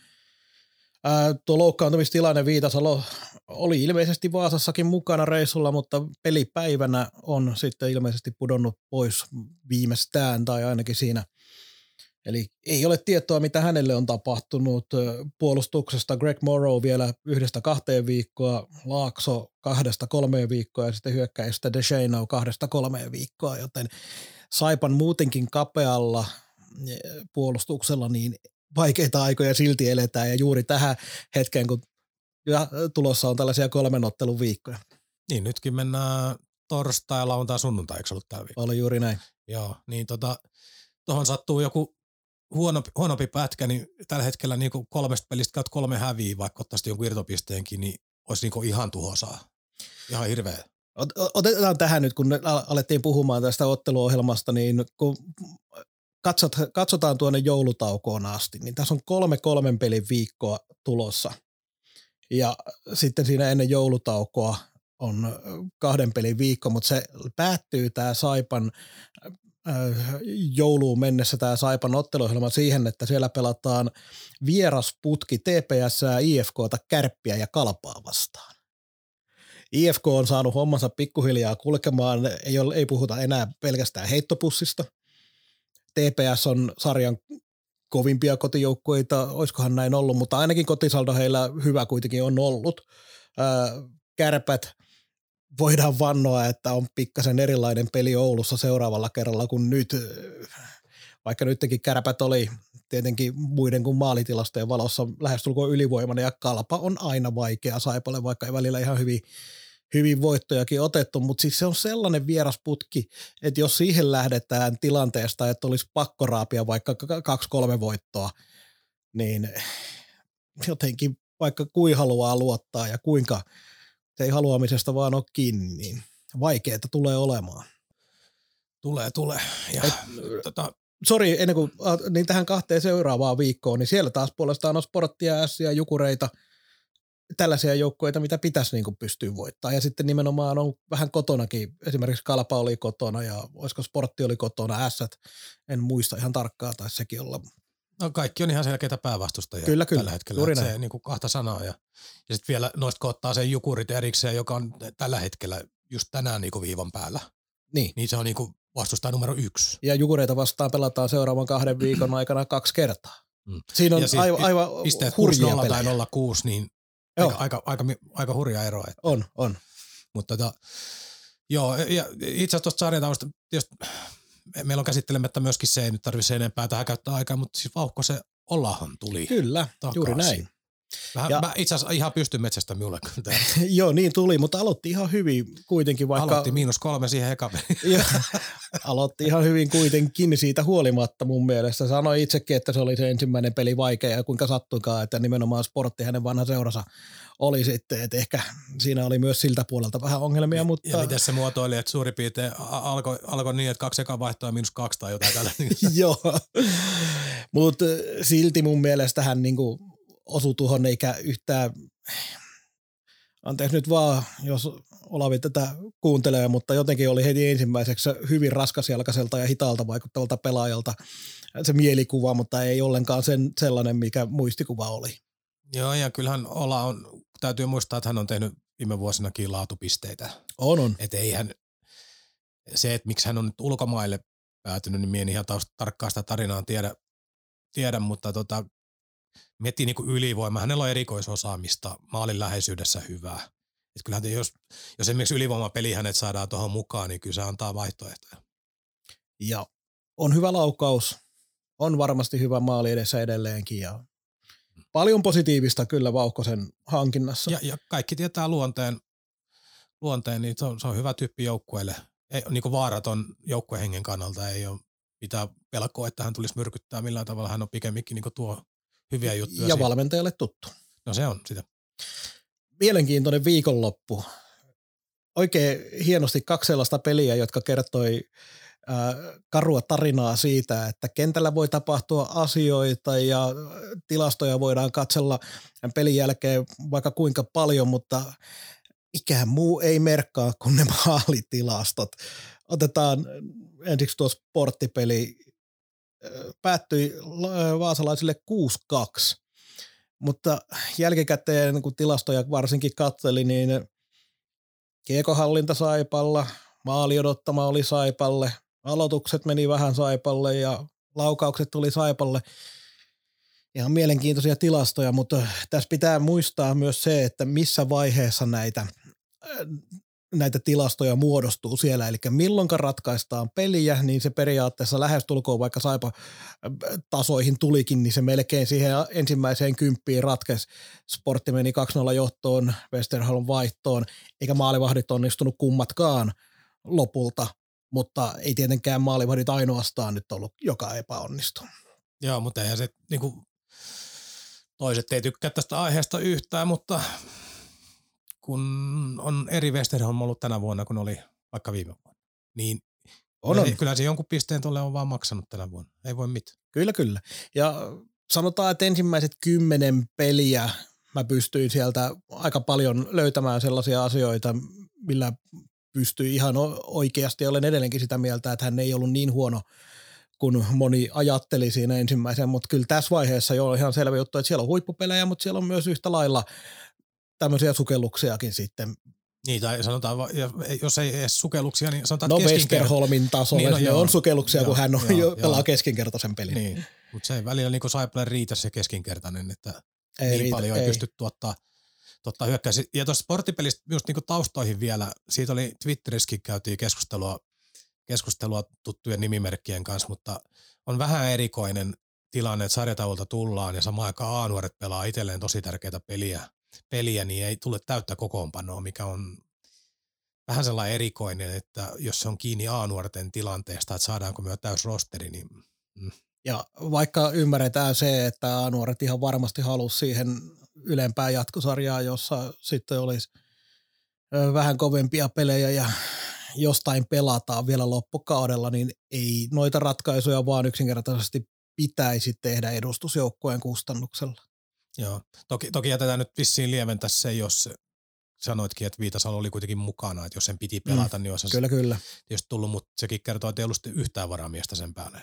Tuo loukkaantumistilanne Viitasalo oli ilmeisesti Vaasassakin mukana reissulla, mutta pelipäivänä on sitten ilmeisesti pudonnut pois viimeistään tai ainakin siinä. Eli ei ole tietoa, mitä hänelle on tapahtunut. Puolustuksesta Greg Morrow vielä 1-2 viikkoa, Laakso 2-3 viikkoa ja sitten hyökkäistä DeShano 2-3 viikkoa, joten Saipan muutenkin kapealla puolustuksella niin vaikeita aikoja silti eletään ja juuri tähän hetkeen, kun tulossa on tällaisia 3 ottelun viikkoja. Niin, nytkin mennään torstai, lauantai, sunnuntai, eikö ollut tämä viikko? Oli juuri näin. Joo, niin tuohon sattuu joku huonompi pätkä, niin tällä hetkellä niin 3 pelistä käyt 3 häviä, vaikka ottaisi jonkun irtopisteenkin, niin olisi niin ihan tuhosaa. Ihan hirveä. Otetaan tähän nyt, kun alettiin puhumaan tästä otteluohjelmasta, niin kun katsotaan tuonne joulutaukoon asti, niin tässä on 3 pelin viikkoa tulossa. Ja sitten siinä ennen joulutaukoa on 2 pelin viikko, mutta se päättyy tämä Saipan jouluun mennessä tämä Saipan otteluohjelma siihen, että siellä pelataan vierasputki TPS, IFK:ta, Kärppiä ja Kalpaa vastaan. IFK on saanut hommansa pikkuhiljaa kulkemaan, ei puhuta enää pelkästään heittopussista. TPS on sarjan kovimpia kotijoukkueita, olisikohan näin ollut, mutta ainakin kotisaldo heillä hyvä kuitenkin on ollut. Kärpät voidaan vannoa, että on pikkasen erilainen peli Oulussa seuraavalla kerralla kuin nyt, vaikka nytkin Kärpät oli tietenkin muiden kuin maalitilastojen valossa lähestulkoon ylivoimainen ja Kalpa on aina vaikea Saipalle, vaikka ei välillä ihan hyvin voittojakin otettu, mutta siis se on sellainen vierasputki, että jos siihen lähdetään tilanteesta, että olisi pakko raapia vaikka 2-3 voittoa, niin jotenkin vaikka kuin haluaa luottaa ja kuinka se ei haluamisesta vaan ole kiinni, niin vaikeaa tulee olemaan. Tulee. Ja, Sori, ennen kuin niin tähän 2 seuraavaan viikkoon, niin siellä taas puolestaan on Sporttia, Ässiä, Jukureita, tällaisia joukkoita, mitä pitäisi niin kuin pystyä voittamaan. Ja sitten nimenomaan on vähän kotonakin, esimerkiksi Kalpa oli kotona ja olisiko Sportti oli kotona, Ässät, en muista ihan tarkkaan, taisi sekin olla. No kaikki on ihan selkeitä päävastustajia kyllä, tällä hetkellä. Juuri se niin kuin 2 sanaa. Ja sitten vielä noista kun ottaa sen Jukurit erikseen, joka on tällä hetkellä just tänään niin kuin viivan päällä. Niin se on niin kuin vastustaja numero 1. Ja Jukureita vastaan pelataan seuraavan 2 viikon aikana 2 kertaa. Siinä on ja aivan hurjia pelejä. Tai 0-6, niin aika hurja ero. Että. On. Mutta joo, ja itse asiassa tuosta sarjataulusta, tietysti meillä on käsittelemättä myöskin se, ei nyt tarvitse enempää tähän käyttää aikaa, mutta siis Vauhkosen Olahan tuli. Kyllä, takaisin. Juuri näin. Mä itse asiassa ihan pystyn metsästä minulle. Joo, niin tuli, mutta aloitti ihan hyvin kuitenkin. Vaikka aloitti -3 siihen eka peliin. Aloitti ihan hyvin kuitenkin siitä huolimatta mun mielestä. Sanoi itsekin, että se oli se ensimmäinen peli vaikea ja kuinka sattuikaan, että nimenomaan Sportti hänen vanha seurassa oli sitten, että ehkä siinä oli myös siltä puolelta vähän ongelmia. Mutta ja miten se muotoili, että suurin piirtein alkoi niin, että 2 ekaa vaihtoa ja -2 tai jotain tällä. Joo, mutta silti mun mielestä hän niinku osui tuohon eikä yhtään, anteeksi nyt vaan, jos Olavi tätä kuuntelee, mutta jotenkin oli heti ensimmäiseksi hyvin raskasjalkaiselta ja hitaalta vaikuttavalta pelaajalta se mielikuva, mutta ei ollenkaan sellainen, mikä muistikuva oli. Joo, ja kyllähän Ola on, täytyy muistaa, että hän on tehnyt viime vuosinakin laatupisteitä. On. Että ei hän, se, että miksi hän on nyt ulkomaille päätynyt, niin minä en ihan tarkkaan sitä tarinaa tiedä, mutta miettii niin kuin ylivoima. Hänellä on erikoisosaamista, maalin läheisyydessä hyvää. Että kyllähän jos esimerkiksi ylivoimapeli hänet saadaan tuohon mukaan, niin kyllä se antaa vaihtoehtoja. Ja on hyvä laukaus, on varmasti hyvä maali edessä edelleenkin ja paljon positiivista kyllä Vauhkosen hankinnassa. Ja kaikki tietää luonteen niin se on hyvä tyyppi joukkueelle. Niin kuin vaaraton joukkuehengen kannalta ei ole mitään pelkoa, että hän tulisi myrkyttää millään tavalla. Hän on pikemminkin niin kuin tuo hyviä juttuja. Ja siihen. Valmentajalle tuttu. No se on sitä. Mielenkiintoinen viikonloppu. Oikein hienosti 2 sellaista peliä, jotka kertoi karua tarinaa siitä, että kentällä voi tapahtua asioita ja tilastoja voidaan katsella pelin jälkeen vaikka kuinka paljon, mutta ikään muu ei merkkaa kuin ne maalitilastot. Otetaan ensiksi tuo sporttipeli. Päättyi vaasalaisille 6-2, mutta jälkikäteen kun tilastoja varsinkin katseli, niin kiekohallinta Saipalla, maali odottama oli Saipalle, aloitukset meni vähän Saipalle ja laukaukset tuli Saipalle. Ihan mielenkiintoisia tilastoja, mutta tässä pitää muistaa myös se, että missä vaiheessa näitä näitä tilastoja muodostuu siellä, eli milloinka ratkaistaan peliä, niin se periaatteessa lähestulkoon vaikka Saipa tasoihin tulikin, niin se melkein siihen ensimmäiseen 10 ratkesi. Sportti meni 2-0 johtoon, Westerholm vaihtoon, eikä maalivahdit onnistunut kummatkaan lopulta, mutta ei tietenkään maalivahdit ainoastaan nyt ollut joka epäonnistunut. Joo, mutta eihän se niinku, toiset ei tykkää tästä aiheesta yhtään, mutta kun on eri Westerholm ollut tänä vuonna, kun oli vaikka viime vuonna, niin kyllä se jonkun pisteen tuolle on vaan maksanut tänä vuonna. Ei voi mitään. Kyllä. Ja sanotaan, että ensimmäiset 10 peliä mä pystyin sieltä aika paljon löytämään sellaisia asioita, millä pystyi ihan oikeasti, olen edelleenkin sitä mieltä, että hän ei ollut niin huono kun moni ajatteli siinä ensimmäisen, mutta kyllä tässä vaiheessa jo on ihan selvä juttu, että siellä on huippupelejä, mutta siellä on myös yhtä lailla tämmöisiä sukelluksiakin sitten. Niin, tai sanotaan, jos ei edes sukelluksia, niin sanotaan Westerholmin tasolla niin, on sukelluksia, kun hän on pelaa keskinkertaisen pelin. Niin, mutta se ei välillä niin Saipalle riitä se keskinkertainen, että ei niin riitä, paljon ei pysty tuottaa hyökkäyksiä. Ja tuossa sporttipelistä just niin taustoihin vielä, siitä oli Twitterissäkin käytiin keskustelua tuttujen nimimerkkien kanssa, mutta on vähän erikoinen tilanne, että sarjataululta tullaan ja samaan aikaan A-nuoret pelaa itselleen tosi tärkeitä peliä, niin ei tule täyttä kokoonpanoa, mikä on vähän sellainen erikoinen, että jos se on kiinni A-nuorten tilanteesta, että saadaanko me täys rosteri, niin Ja vaikka ymmärretään se, että A-nuoret ihan varmasti halusi siihen ylempään jatkosarjaan, jossa sitten olisi vähän kovempia pelejä ja jostain pelataan vielä loppukaudella, niin ei noita ratkaisuja vaan yksinkertaisesti pitäisi tehdä edustusjoukkueen kustannuksella. Joo, toki jätetään nyt vissiin lieventää se, jos sanoitkin, että Viitasalo oli kuitenkin mukana, että jos sen piti pelata, niin olisi kyllä. Jos tullut, mutta sekin kertoo, että ei ollut yhtään varamiestä sen päälle.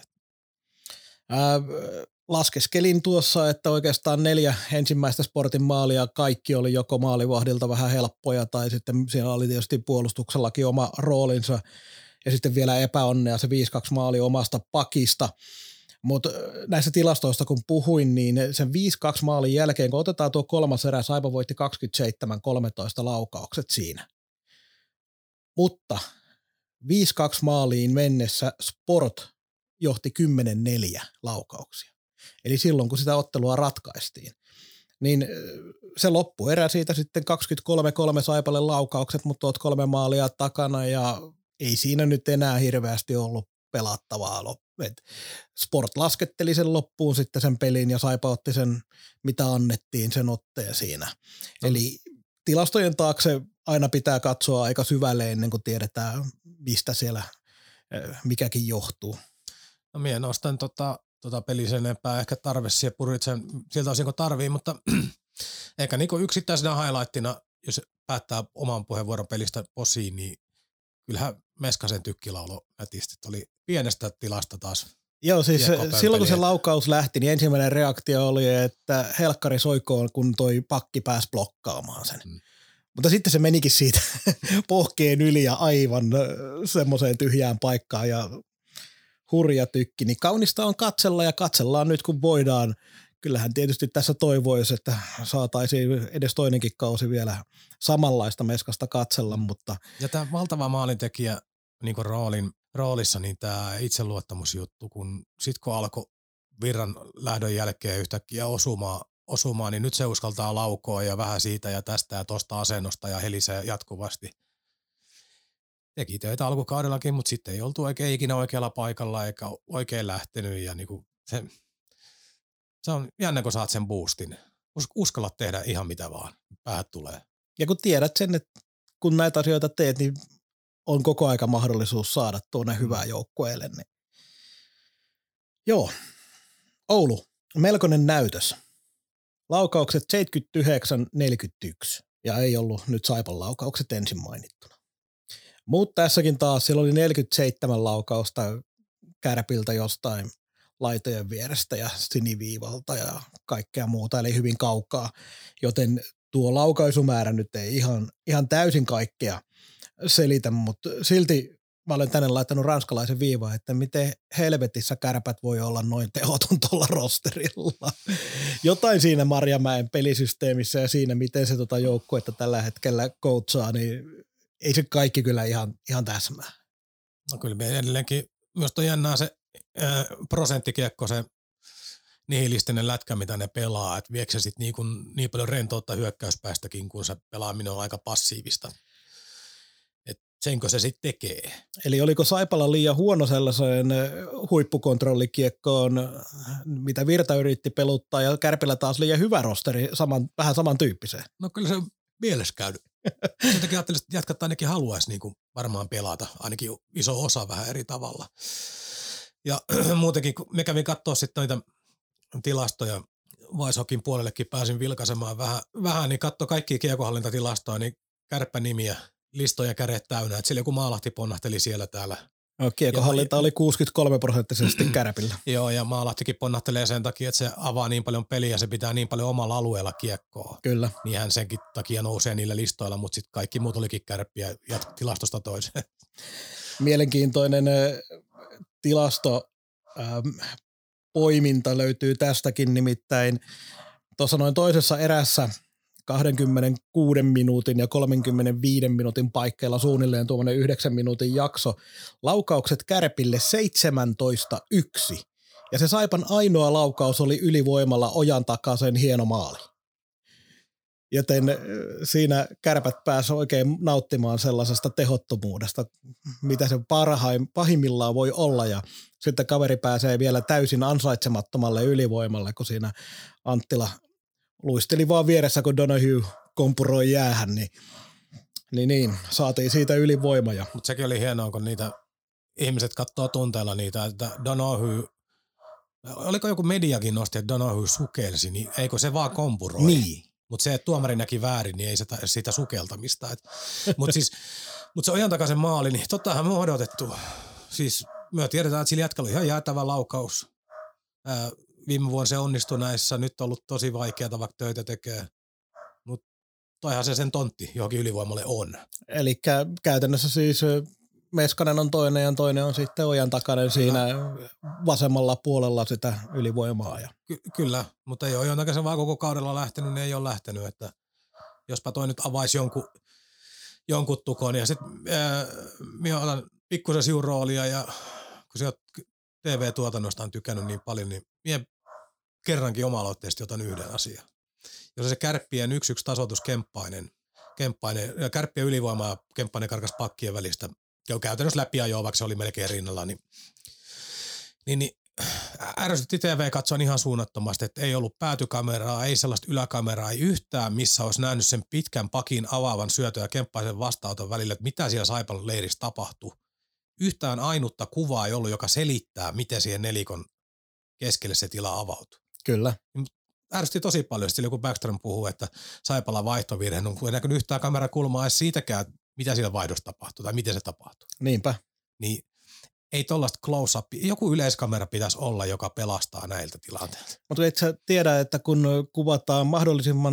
Laskeskelin tuossa, että oikeastaan 4 ensimmäistä Sportin maalia kaikki oli joko maalivahdilta vähän helppoja tai sitten siellä oli tietysti puolustuksellakin oma roolinsa ja sitten vielä epäonnea se 5-2 maali omasta pakista. Mutta näistä tilastoista kun puhuin, niin sen 5-2 maalin jälkeen, kun otetaan tuo 3. erä, Saipa voitti 27-13 laukaukset siinä. Mutta 5-2 maaliin mennessä Sport johti 10-4 laukauksia. Eli silloin, kun sitä ottelua ratkaistiin, niin se loppuerä siitä sitten 23-3 Saipalle laukaukset, mutta oot 3 maalia takana ja ei siinä nyt enää hirveästi ollut pelattavaa. Sport lasketteli sen loppuun sitten sen pelin ja Saipa otti sen, mitä annettiin, sen otteen siinä. Eli tilastojen taakse aina pitää katsoa aika syvälle ennen kuin tiedetään, mistä siellä mikäkin johtuu. No minä nostan pelisen enempää ehkä tarvessia puritsen siltä osin kun tarvii, mutta ehkä niin kuin yksittäisenä highlightina, jos päättää oman puheenvuoron pelistä posiin, niin kyllähän Meskasen tykkilaulo nätisti, oli pienestä tilasta taas. Joo, siis silloin kun se laukaus lähti, niin ensimmäinen reaktio oli, että helkkari soikoon, kun toi pakki pääsi blokkaamaan sen. Mutta sitten se menikin siitä pohkeen yli ja aivan semmoiseen tyhjään paikkaan ja hurja tykki. Niin kaunista on katsella ja katsellaan nyt kun voidaan. Kyllähän tietysti tässä toivoisi, että saataisiin edes toinenkin kausi vielä samanlaista Meskasta katsella, mutta. Ja tämä valtava maalintekijä niin kuin roolissa, niin tämä itseluottamusjuttu, kun sitten kun alkoi Virran lähdön jälkeen yhtäkkiä osumaan, niin nyt se uskaltaa laukoa ja vähän siitä ja tästä ja tosta asennosta ja helisee jatkuvasti. Teki töitä alkukaudellakin, mutta sitten ei oltu oikein ikinä oikealla paikalla eikä oikein lähtenyt ja niinku se on jännä, kun saat sen boostin. Uskalla tehdä ihan mitä vaan, päähän tulee. Ja kun tiedät sen, että kun näitä asioita teet, niin on koko aika mahdollisuus saada tuonne hyvää joukkueelle. Niin. Joo, Oulu, melkoinen näytös. Laukaukset 79-41 ja ei ollut nyt Saipan laukaukset ensin mainittuna. Mutta tässäkin taas siellä oli 47 laukausta Kärpiltä jostain laitojen vierestä ja siniviivalta ja kaikkea muuta, eli hyvin kaukaa, joten tuo laukaisumäärä nyt ei ihan täysin kaikkea selitä, mutta silti mä olen tänne laittanut ranskalaisen viivaan, että miten helvetissä Kärpät voi olla noin tehoton tuolla rosterilla. Jotain siinä Marjamäen pelisysteemissä ja siinä, miten se joukkuetta tällä hetkellä coachaa, niin ei se kaikki kyllä ihan täsmää. No kyllä me edelleenkin, myös on jännää se prosenttikiekko, se nihilistinen lätkä, mitä ne pelaa, että viekö se sitten niin paljon rentoutta hyökkäyspäästäkin, kun se pelaaminen on aika passiivista. Että senkö se sitten tekee. Eli oliko Saipala liian huono sellaiseen huippukontrollikiekkoon, mitä Virta yritti peluttaa, ja Kärpillä taas liian hyvä rosteri vähän samantyyppiseen? No kyllä se on mielessä käynyt. Sen takia ajattelin, että jätkät ainakin haluaisi niin kuin varmaan pelata, ainakin iso osa vähän eri tavalla. Ja muutenkin, kun me kävin katsoa sitten noita tilastoja, Weishokin puolellekin pääsin vilkaisemaan vähän niin katso kaikkia kiekohallintatilastoja, niin kärppänimiä, listoja kädet täynnä, että sillä joku Maalahti ponnahteli siellä täällä. No, kiekohallinta oli 63% Kärpillä. Joo, ja Maalahtikin ponnahtelee sen takia, että se avaa niin paljon peliä, se pitää niin paljon omalla alueella kiekkoa. Kyllä. Niin hän senkin takia nousee niillä listoilla, mutta sitten kaikki muut olikin Kärppiä ja tilastosta toiseen. Mielenkiintoinen tilasto poiminta löytyy tästäkin, nimittäin tuossa noin toisessa erässä 26 minuutin ja 35 minuutin paikkeilla suunnilleen tuommoinen 9 minuutin jakso. Laukaukset Kärpille 17-1. Ja se Saipan ainoa laukaus oli ylivoimalla Ojan takaisen hieno maali. Joten siinä Kärpät pääsi oikein nauttimaan sellaisesta tehottomuudesta, mitä se pahimmillaan voi olla. Ja sitten kaveri pääsee vielä täysin ansaitsemattomalle ylivoimalle, kun siinä Anttila luisteli vaan vieressä, kun Donahue kompuroi jäähän, niin saatiin siitä ylivoima. Mutta sekin oli hienoa, kun niitä ihmiset katsoo tunteella niitä, että Donahue, oliko joku mediakin nosti, että Donahue sukelsi, niin eikö se vaan kompuroi? Niin. Mutta se, että tuomari näki väärin, niin ei se siitä sukeltamista. Mutta se Ojan takaisen maali, niin tottahan me on odotettu. Siis me tiedetään, että sillä jatkalla oli ihan jäätävä laukaus. Viime vuonna se onnistui näissä, nyt on ollut tosi vaikeaa, vaikka töitä tekee. Mutta toihan se sen tontti johonkin ylivoimalle on. Eli käytännössä siis Meskanen on toinen ja toinen on sitten Ojan takainen siinä vasemmalla puolella sitä ylivoimaa. Kyllä, mutta ei ole Ojan takaisen vaan koko kaudella lähtenyt, niin ei ole lähtenyt. Että jospa toi nyt avaisi jonkun tukon ja sitten minä otan pikkusen siuroolia ja kun sä oot TV-tuotannosta on tykännyt niin paljon, niin minä kerrankin oma-aloitteisesti otan yhden asian. Jos se Kärppien 1-1 tasoitus Kemppainen ja Kärppien ylivoima ja Kemppainen karkas pakkien välistä, käytännössä läpi ajoa, vaikka se oli melkein rinnalla, niin ärsytti TV katsoa ihan suunnattomasti, että ei ollut päätykameraa, ei sellaista yläkameraa, ei yhtään, missä olisi nähnyt sen pitkän pakin avaavan syötön ja Kemppaisen vastaanoton välillä, että mitä siellä Saipan leirissä tapahtui. Yhtään ainutta kuvaa ei ollut, joka selittää, miten siihen nelikon keskelle se tila avautui. Kyllä. Ärsytti tosi paljon, sillä kun Backstrom puhuu, että Saipala vaihtovirhe, no ei näkynyt yhtään kamerakulmaa edes siitäkään, mitä siellä vaihdossa tapahtuu tai miten se tapahtuu. Niinpä. Niin ei tollaista close-upia, joku yleiskamera pitäisi olla, joka pelastaa näiltä tilanteilta. Mutta et sä tiedä, että kun kuvataan mahdollisimman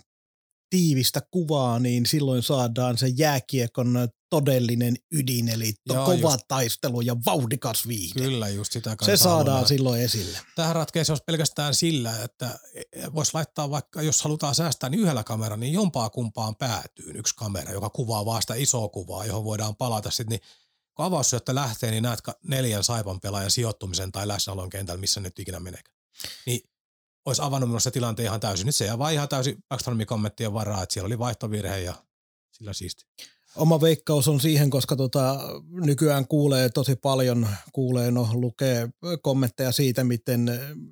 tiivistä kuvaa, niin silloin saadaan se jääkiekon todellinen ydin, eli kova taistelu ja vauhdikas viihde. Kyllä, just sitä. Se saadaan silloin esille. Tähän ratkeisi olisi pelkästään sillä, että voisi laittaa vaikka, jos halutaan säästää, niin yhdellä kameralla, niin jompaa kumpaan päätyyn yksi kamera, joka kuvaa vaan sitä isoa kuvaa, johon voidaan palata sitten, niin kun avaussyöttö lähtee, niin näet 4 Saipan pelaajan sijoittumisen tai läsnäolon kentällä, missä nyt ikinä meneekään. Niin olisi avannut minusta se tilanteen ihan täysin. Nyt se jää vaan ihan täysin Backstromin kommenttien varaa, että siellä oli vaihtovirhe ja sillä siisti. Oma veikkaus on siihen, koska nykyään kuulee tosi paljon, lukee kommentteja siitä, miten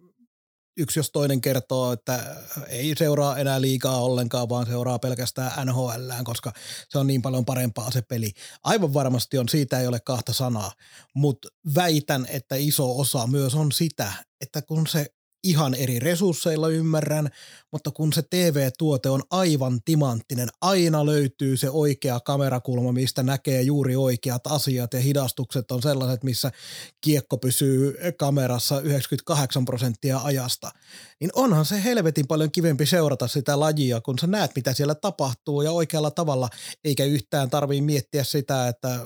yksi jos toinen kertoo, että ei seuraa enää liigaa ollenkaan, vaan seuraa pelkästään NHL:ään, koska se on niin paljon parempaa se peli. Aivan varmasti on, siitä ei ole kahta sanaa, mutta väitän, että iso osa myös on sitä, että kun se ihan eri resursseilla ymmärrän, mutta kun se TV-tuote on aivan timanttinen, aina löytyy se oikea kamerakulma, mistä näkee juuri oikeat asiat ja hidastukset on sellaiset, missä kiekko pysyy kamerassa 98% ajasta, niin onhan se helvetin paljon kivempi seurata sitä lajia, kun sä näet, mitä siellä tapahtuu ja oikealla tavalla, eikä yhtään tarvitse miettiä sitä, että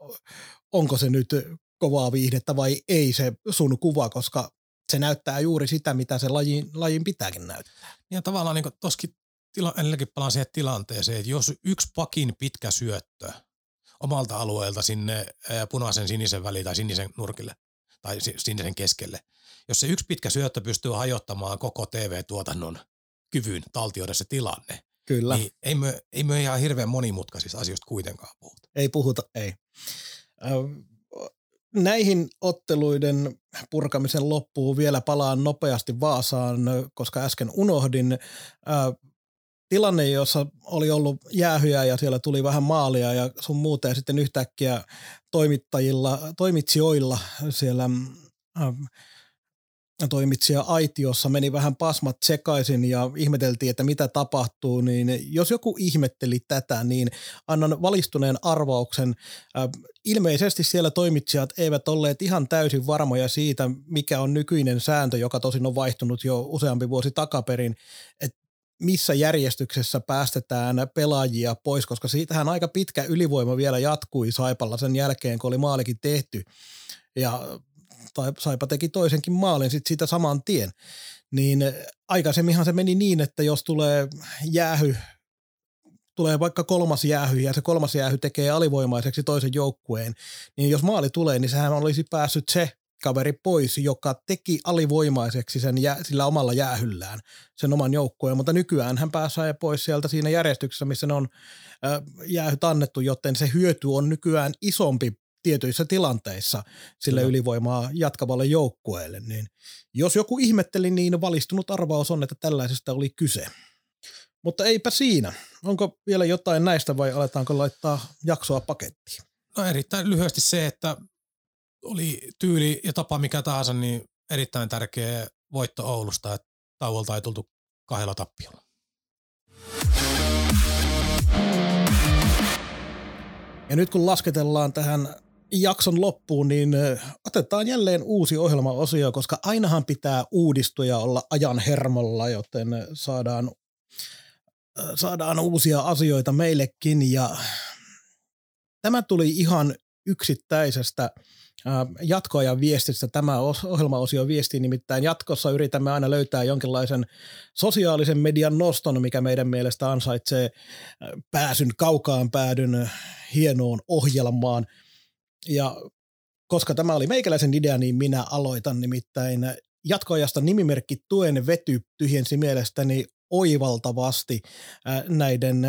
onko se nyt kovaa viihdettä vai ei se sun kuva, koska se näyttää juuri sitä, mitä se lajin pitääkin näyttää. Ja tavallaan niin toskin edelläkin palaan siihen tilanteeseen, että jos yksi pakin pitkä syöttö omalta alueelta sinne punaisen sinisen väliin tai sinisen nurkille tai sinisen keskelle. Jos se yksi pitkä syöttö pystyy hajottamaan koko TV-tuotannon kyvyn taltioida se tilanne, Kyllä. niin ei me ihan hirveän monimutkaisista asioista kuitenkaan puhuta. Ei puhuta, ei. Näihin otteluiden purkamisen loppuun vielä palaan nopeasti Vaasaan, koska äsken unohdin. Tilanne, jossa oli ollut jäähyjä ja siellä tuli vähän maalia ja sun muuta ja sitten yhtäkkiä toimitsijoilla siellä toimitsija-aitiossa meni vähän pasmat sekaisin ja ihmeteltiin, että mitä tapahtuu, niin jos joku ihmetteli tätä, niin annan valistuneen arvauksen. Ilmeisesti siellä toimitsijat eivät olleet ihan täysin varmoja siitä, mikä on nykyinen sääntö, joka tosin on vaihtunut jo useampi vuosi takaperin, että missä järjestyksessä päästetään pelaajia pois, koska siitähän aika pitkä ylivoima vielä jatkui Saipalla sen jälkeen, kun oli maalikin tehty ja Saipa teki toisenkin maalin sitten siitä saman tien, niin aikaisemminhan se meni niin, että jos tulee vaikka kolmas jäähy ja se kolmas jäähy tekee alivoimaiseksi toisen joukkueen, niin jos maali tulee, niin sehän olisi päässyt se kaveri pois, joka teki alivoimaiseksi sillä omalla jäähyllään sen oman joukkueen, mutta nykyään hän pääsee pois sieltä siinä järjestyksessä, missä ne on jäähyt annettu, joten se hyöty on nykyään isompi tietyissä tilanteissa sille ylivoimaa jatkavalle joukkueelle, niin jos joku ihmetteli, niin valistunut arvaus on, että tällaisesta oli kyse. Mutta eipä siinä. Onko vielä jotain näistä vai aletaanko laittaa jaksoa pakettiin? No erittäin lyhyesti se, että oli tyyli ja tapa mikä tahansa, niin erittäin tärkeä voitto Oulusta, että tauolta ei tultu 2 tappiolla. Ja nyt kun lasketellaan tähän jakson loppuun, niin otetaan jälleen uusi ohjelmaosio, koska ainahan pitää uudistua ja olla ajan hermolla, joten saadaan uusia asioita meillekin. Ja tämä tuli ihan yksittäisestä jatkoajan viestistä. Tämä ohjelmaosio viestii nimittäin jatkossa yritämme aina löytää jonkinlaisen sosiaalisen median noston, mikä meidän mielestä ansaitsee pääsyn kaukaan päädyn hienoon ohjelmaan. Ja koska tämä oli meikäläisen idea, niin minä aloitan nimittäin jatkoajasta nimimerkki Tuen vety tyhjensi mielestäni oivaltavasti näiden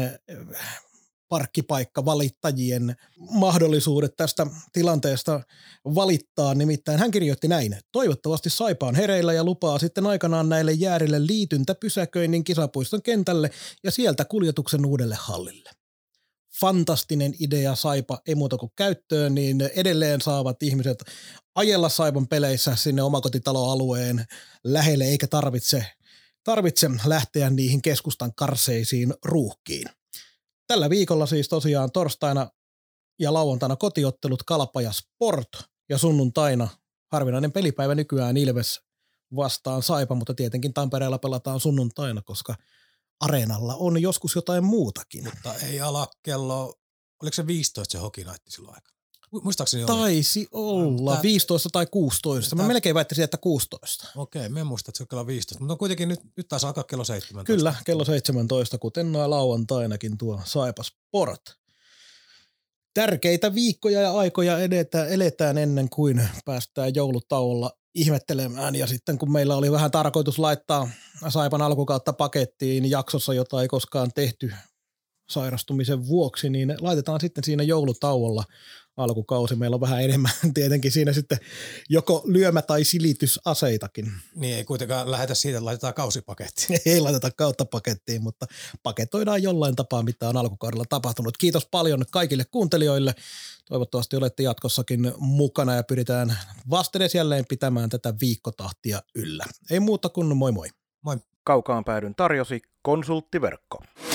parkkipaikkavalittajien mahdollisuudet tästä tilanteesta valittaa. Nimittäin hän kirjoitti näin: toivottavasti Saipa on hereillä ja lupaa sitten aikanaan näille jäärille liityntäpysäköinnin kisapuiston kentälle ja sieltä kuljetuksen uudelle hallille. Fantastinen idea Saipa, ei muuta kuin käyttöön, niin edelleen saavat ihmiset ajella Saipan peleissä sinne omakotitaloalueen lähelle, eikä tarvitse lähteä niihin keskustan karseisiin ruuhkiin. Tällä viikolla siis tosiaan torstaina ja lauantaina kotiottelut Kalpa ja Sport ja sunnuntaina harvinainen pelipäivä nykyään Ilves vastaan Saipa, mutta tietenkin Tampereella pelataan sunnuntaina, koska areenalla on joskus jotain muutakin. Mutta ei ala kello, oliko se 15 se Hockey Night silloin aikana? Muistaakseni taisi olla 15 tai 16. Mä melkein väittäisin, että 16. Okei, mä en muista, että se on kello 15. Mutta kuitenkin nyt taas alkaa kello 17. Kyllä, kello 17, kuten lauantainakin tuo Saipa Sport. Tärkeitä viikkoja ja aikoja eletään ennen kuin päästään joulutauolla ihmettelemään. Ja sitten kun meillä oli vähän tarkoitus laittaa Saipan alkukautta pakettiin jaksossa, jota ei koskaan tehty sairastumisen vuoksi, niin laitetaan sitten siinä joulutauolla alkukausi. Meillä on vähän enemmän tietenkin siinä sitten joko lyömä- tai silitysaseitakin. Niin ei kuitenkaan lähetä siitä, että laitetaan kausipakettiin. Ei laiteta kautta pakettiin, mutta paketoidaan jollain tapaa, mitä on alkukaudella tapahtunut. Kiitos paljon kaikille kuuntelijoille. Toivottavasti olette jatkossakin mukana ja pyritään vastedes jälleen pitämään tätä viikkotahtia yllä. Ei muuta kuin moi moi. Moi. Kaukaan päädyn tarjosi Konsulttiverkko.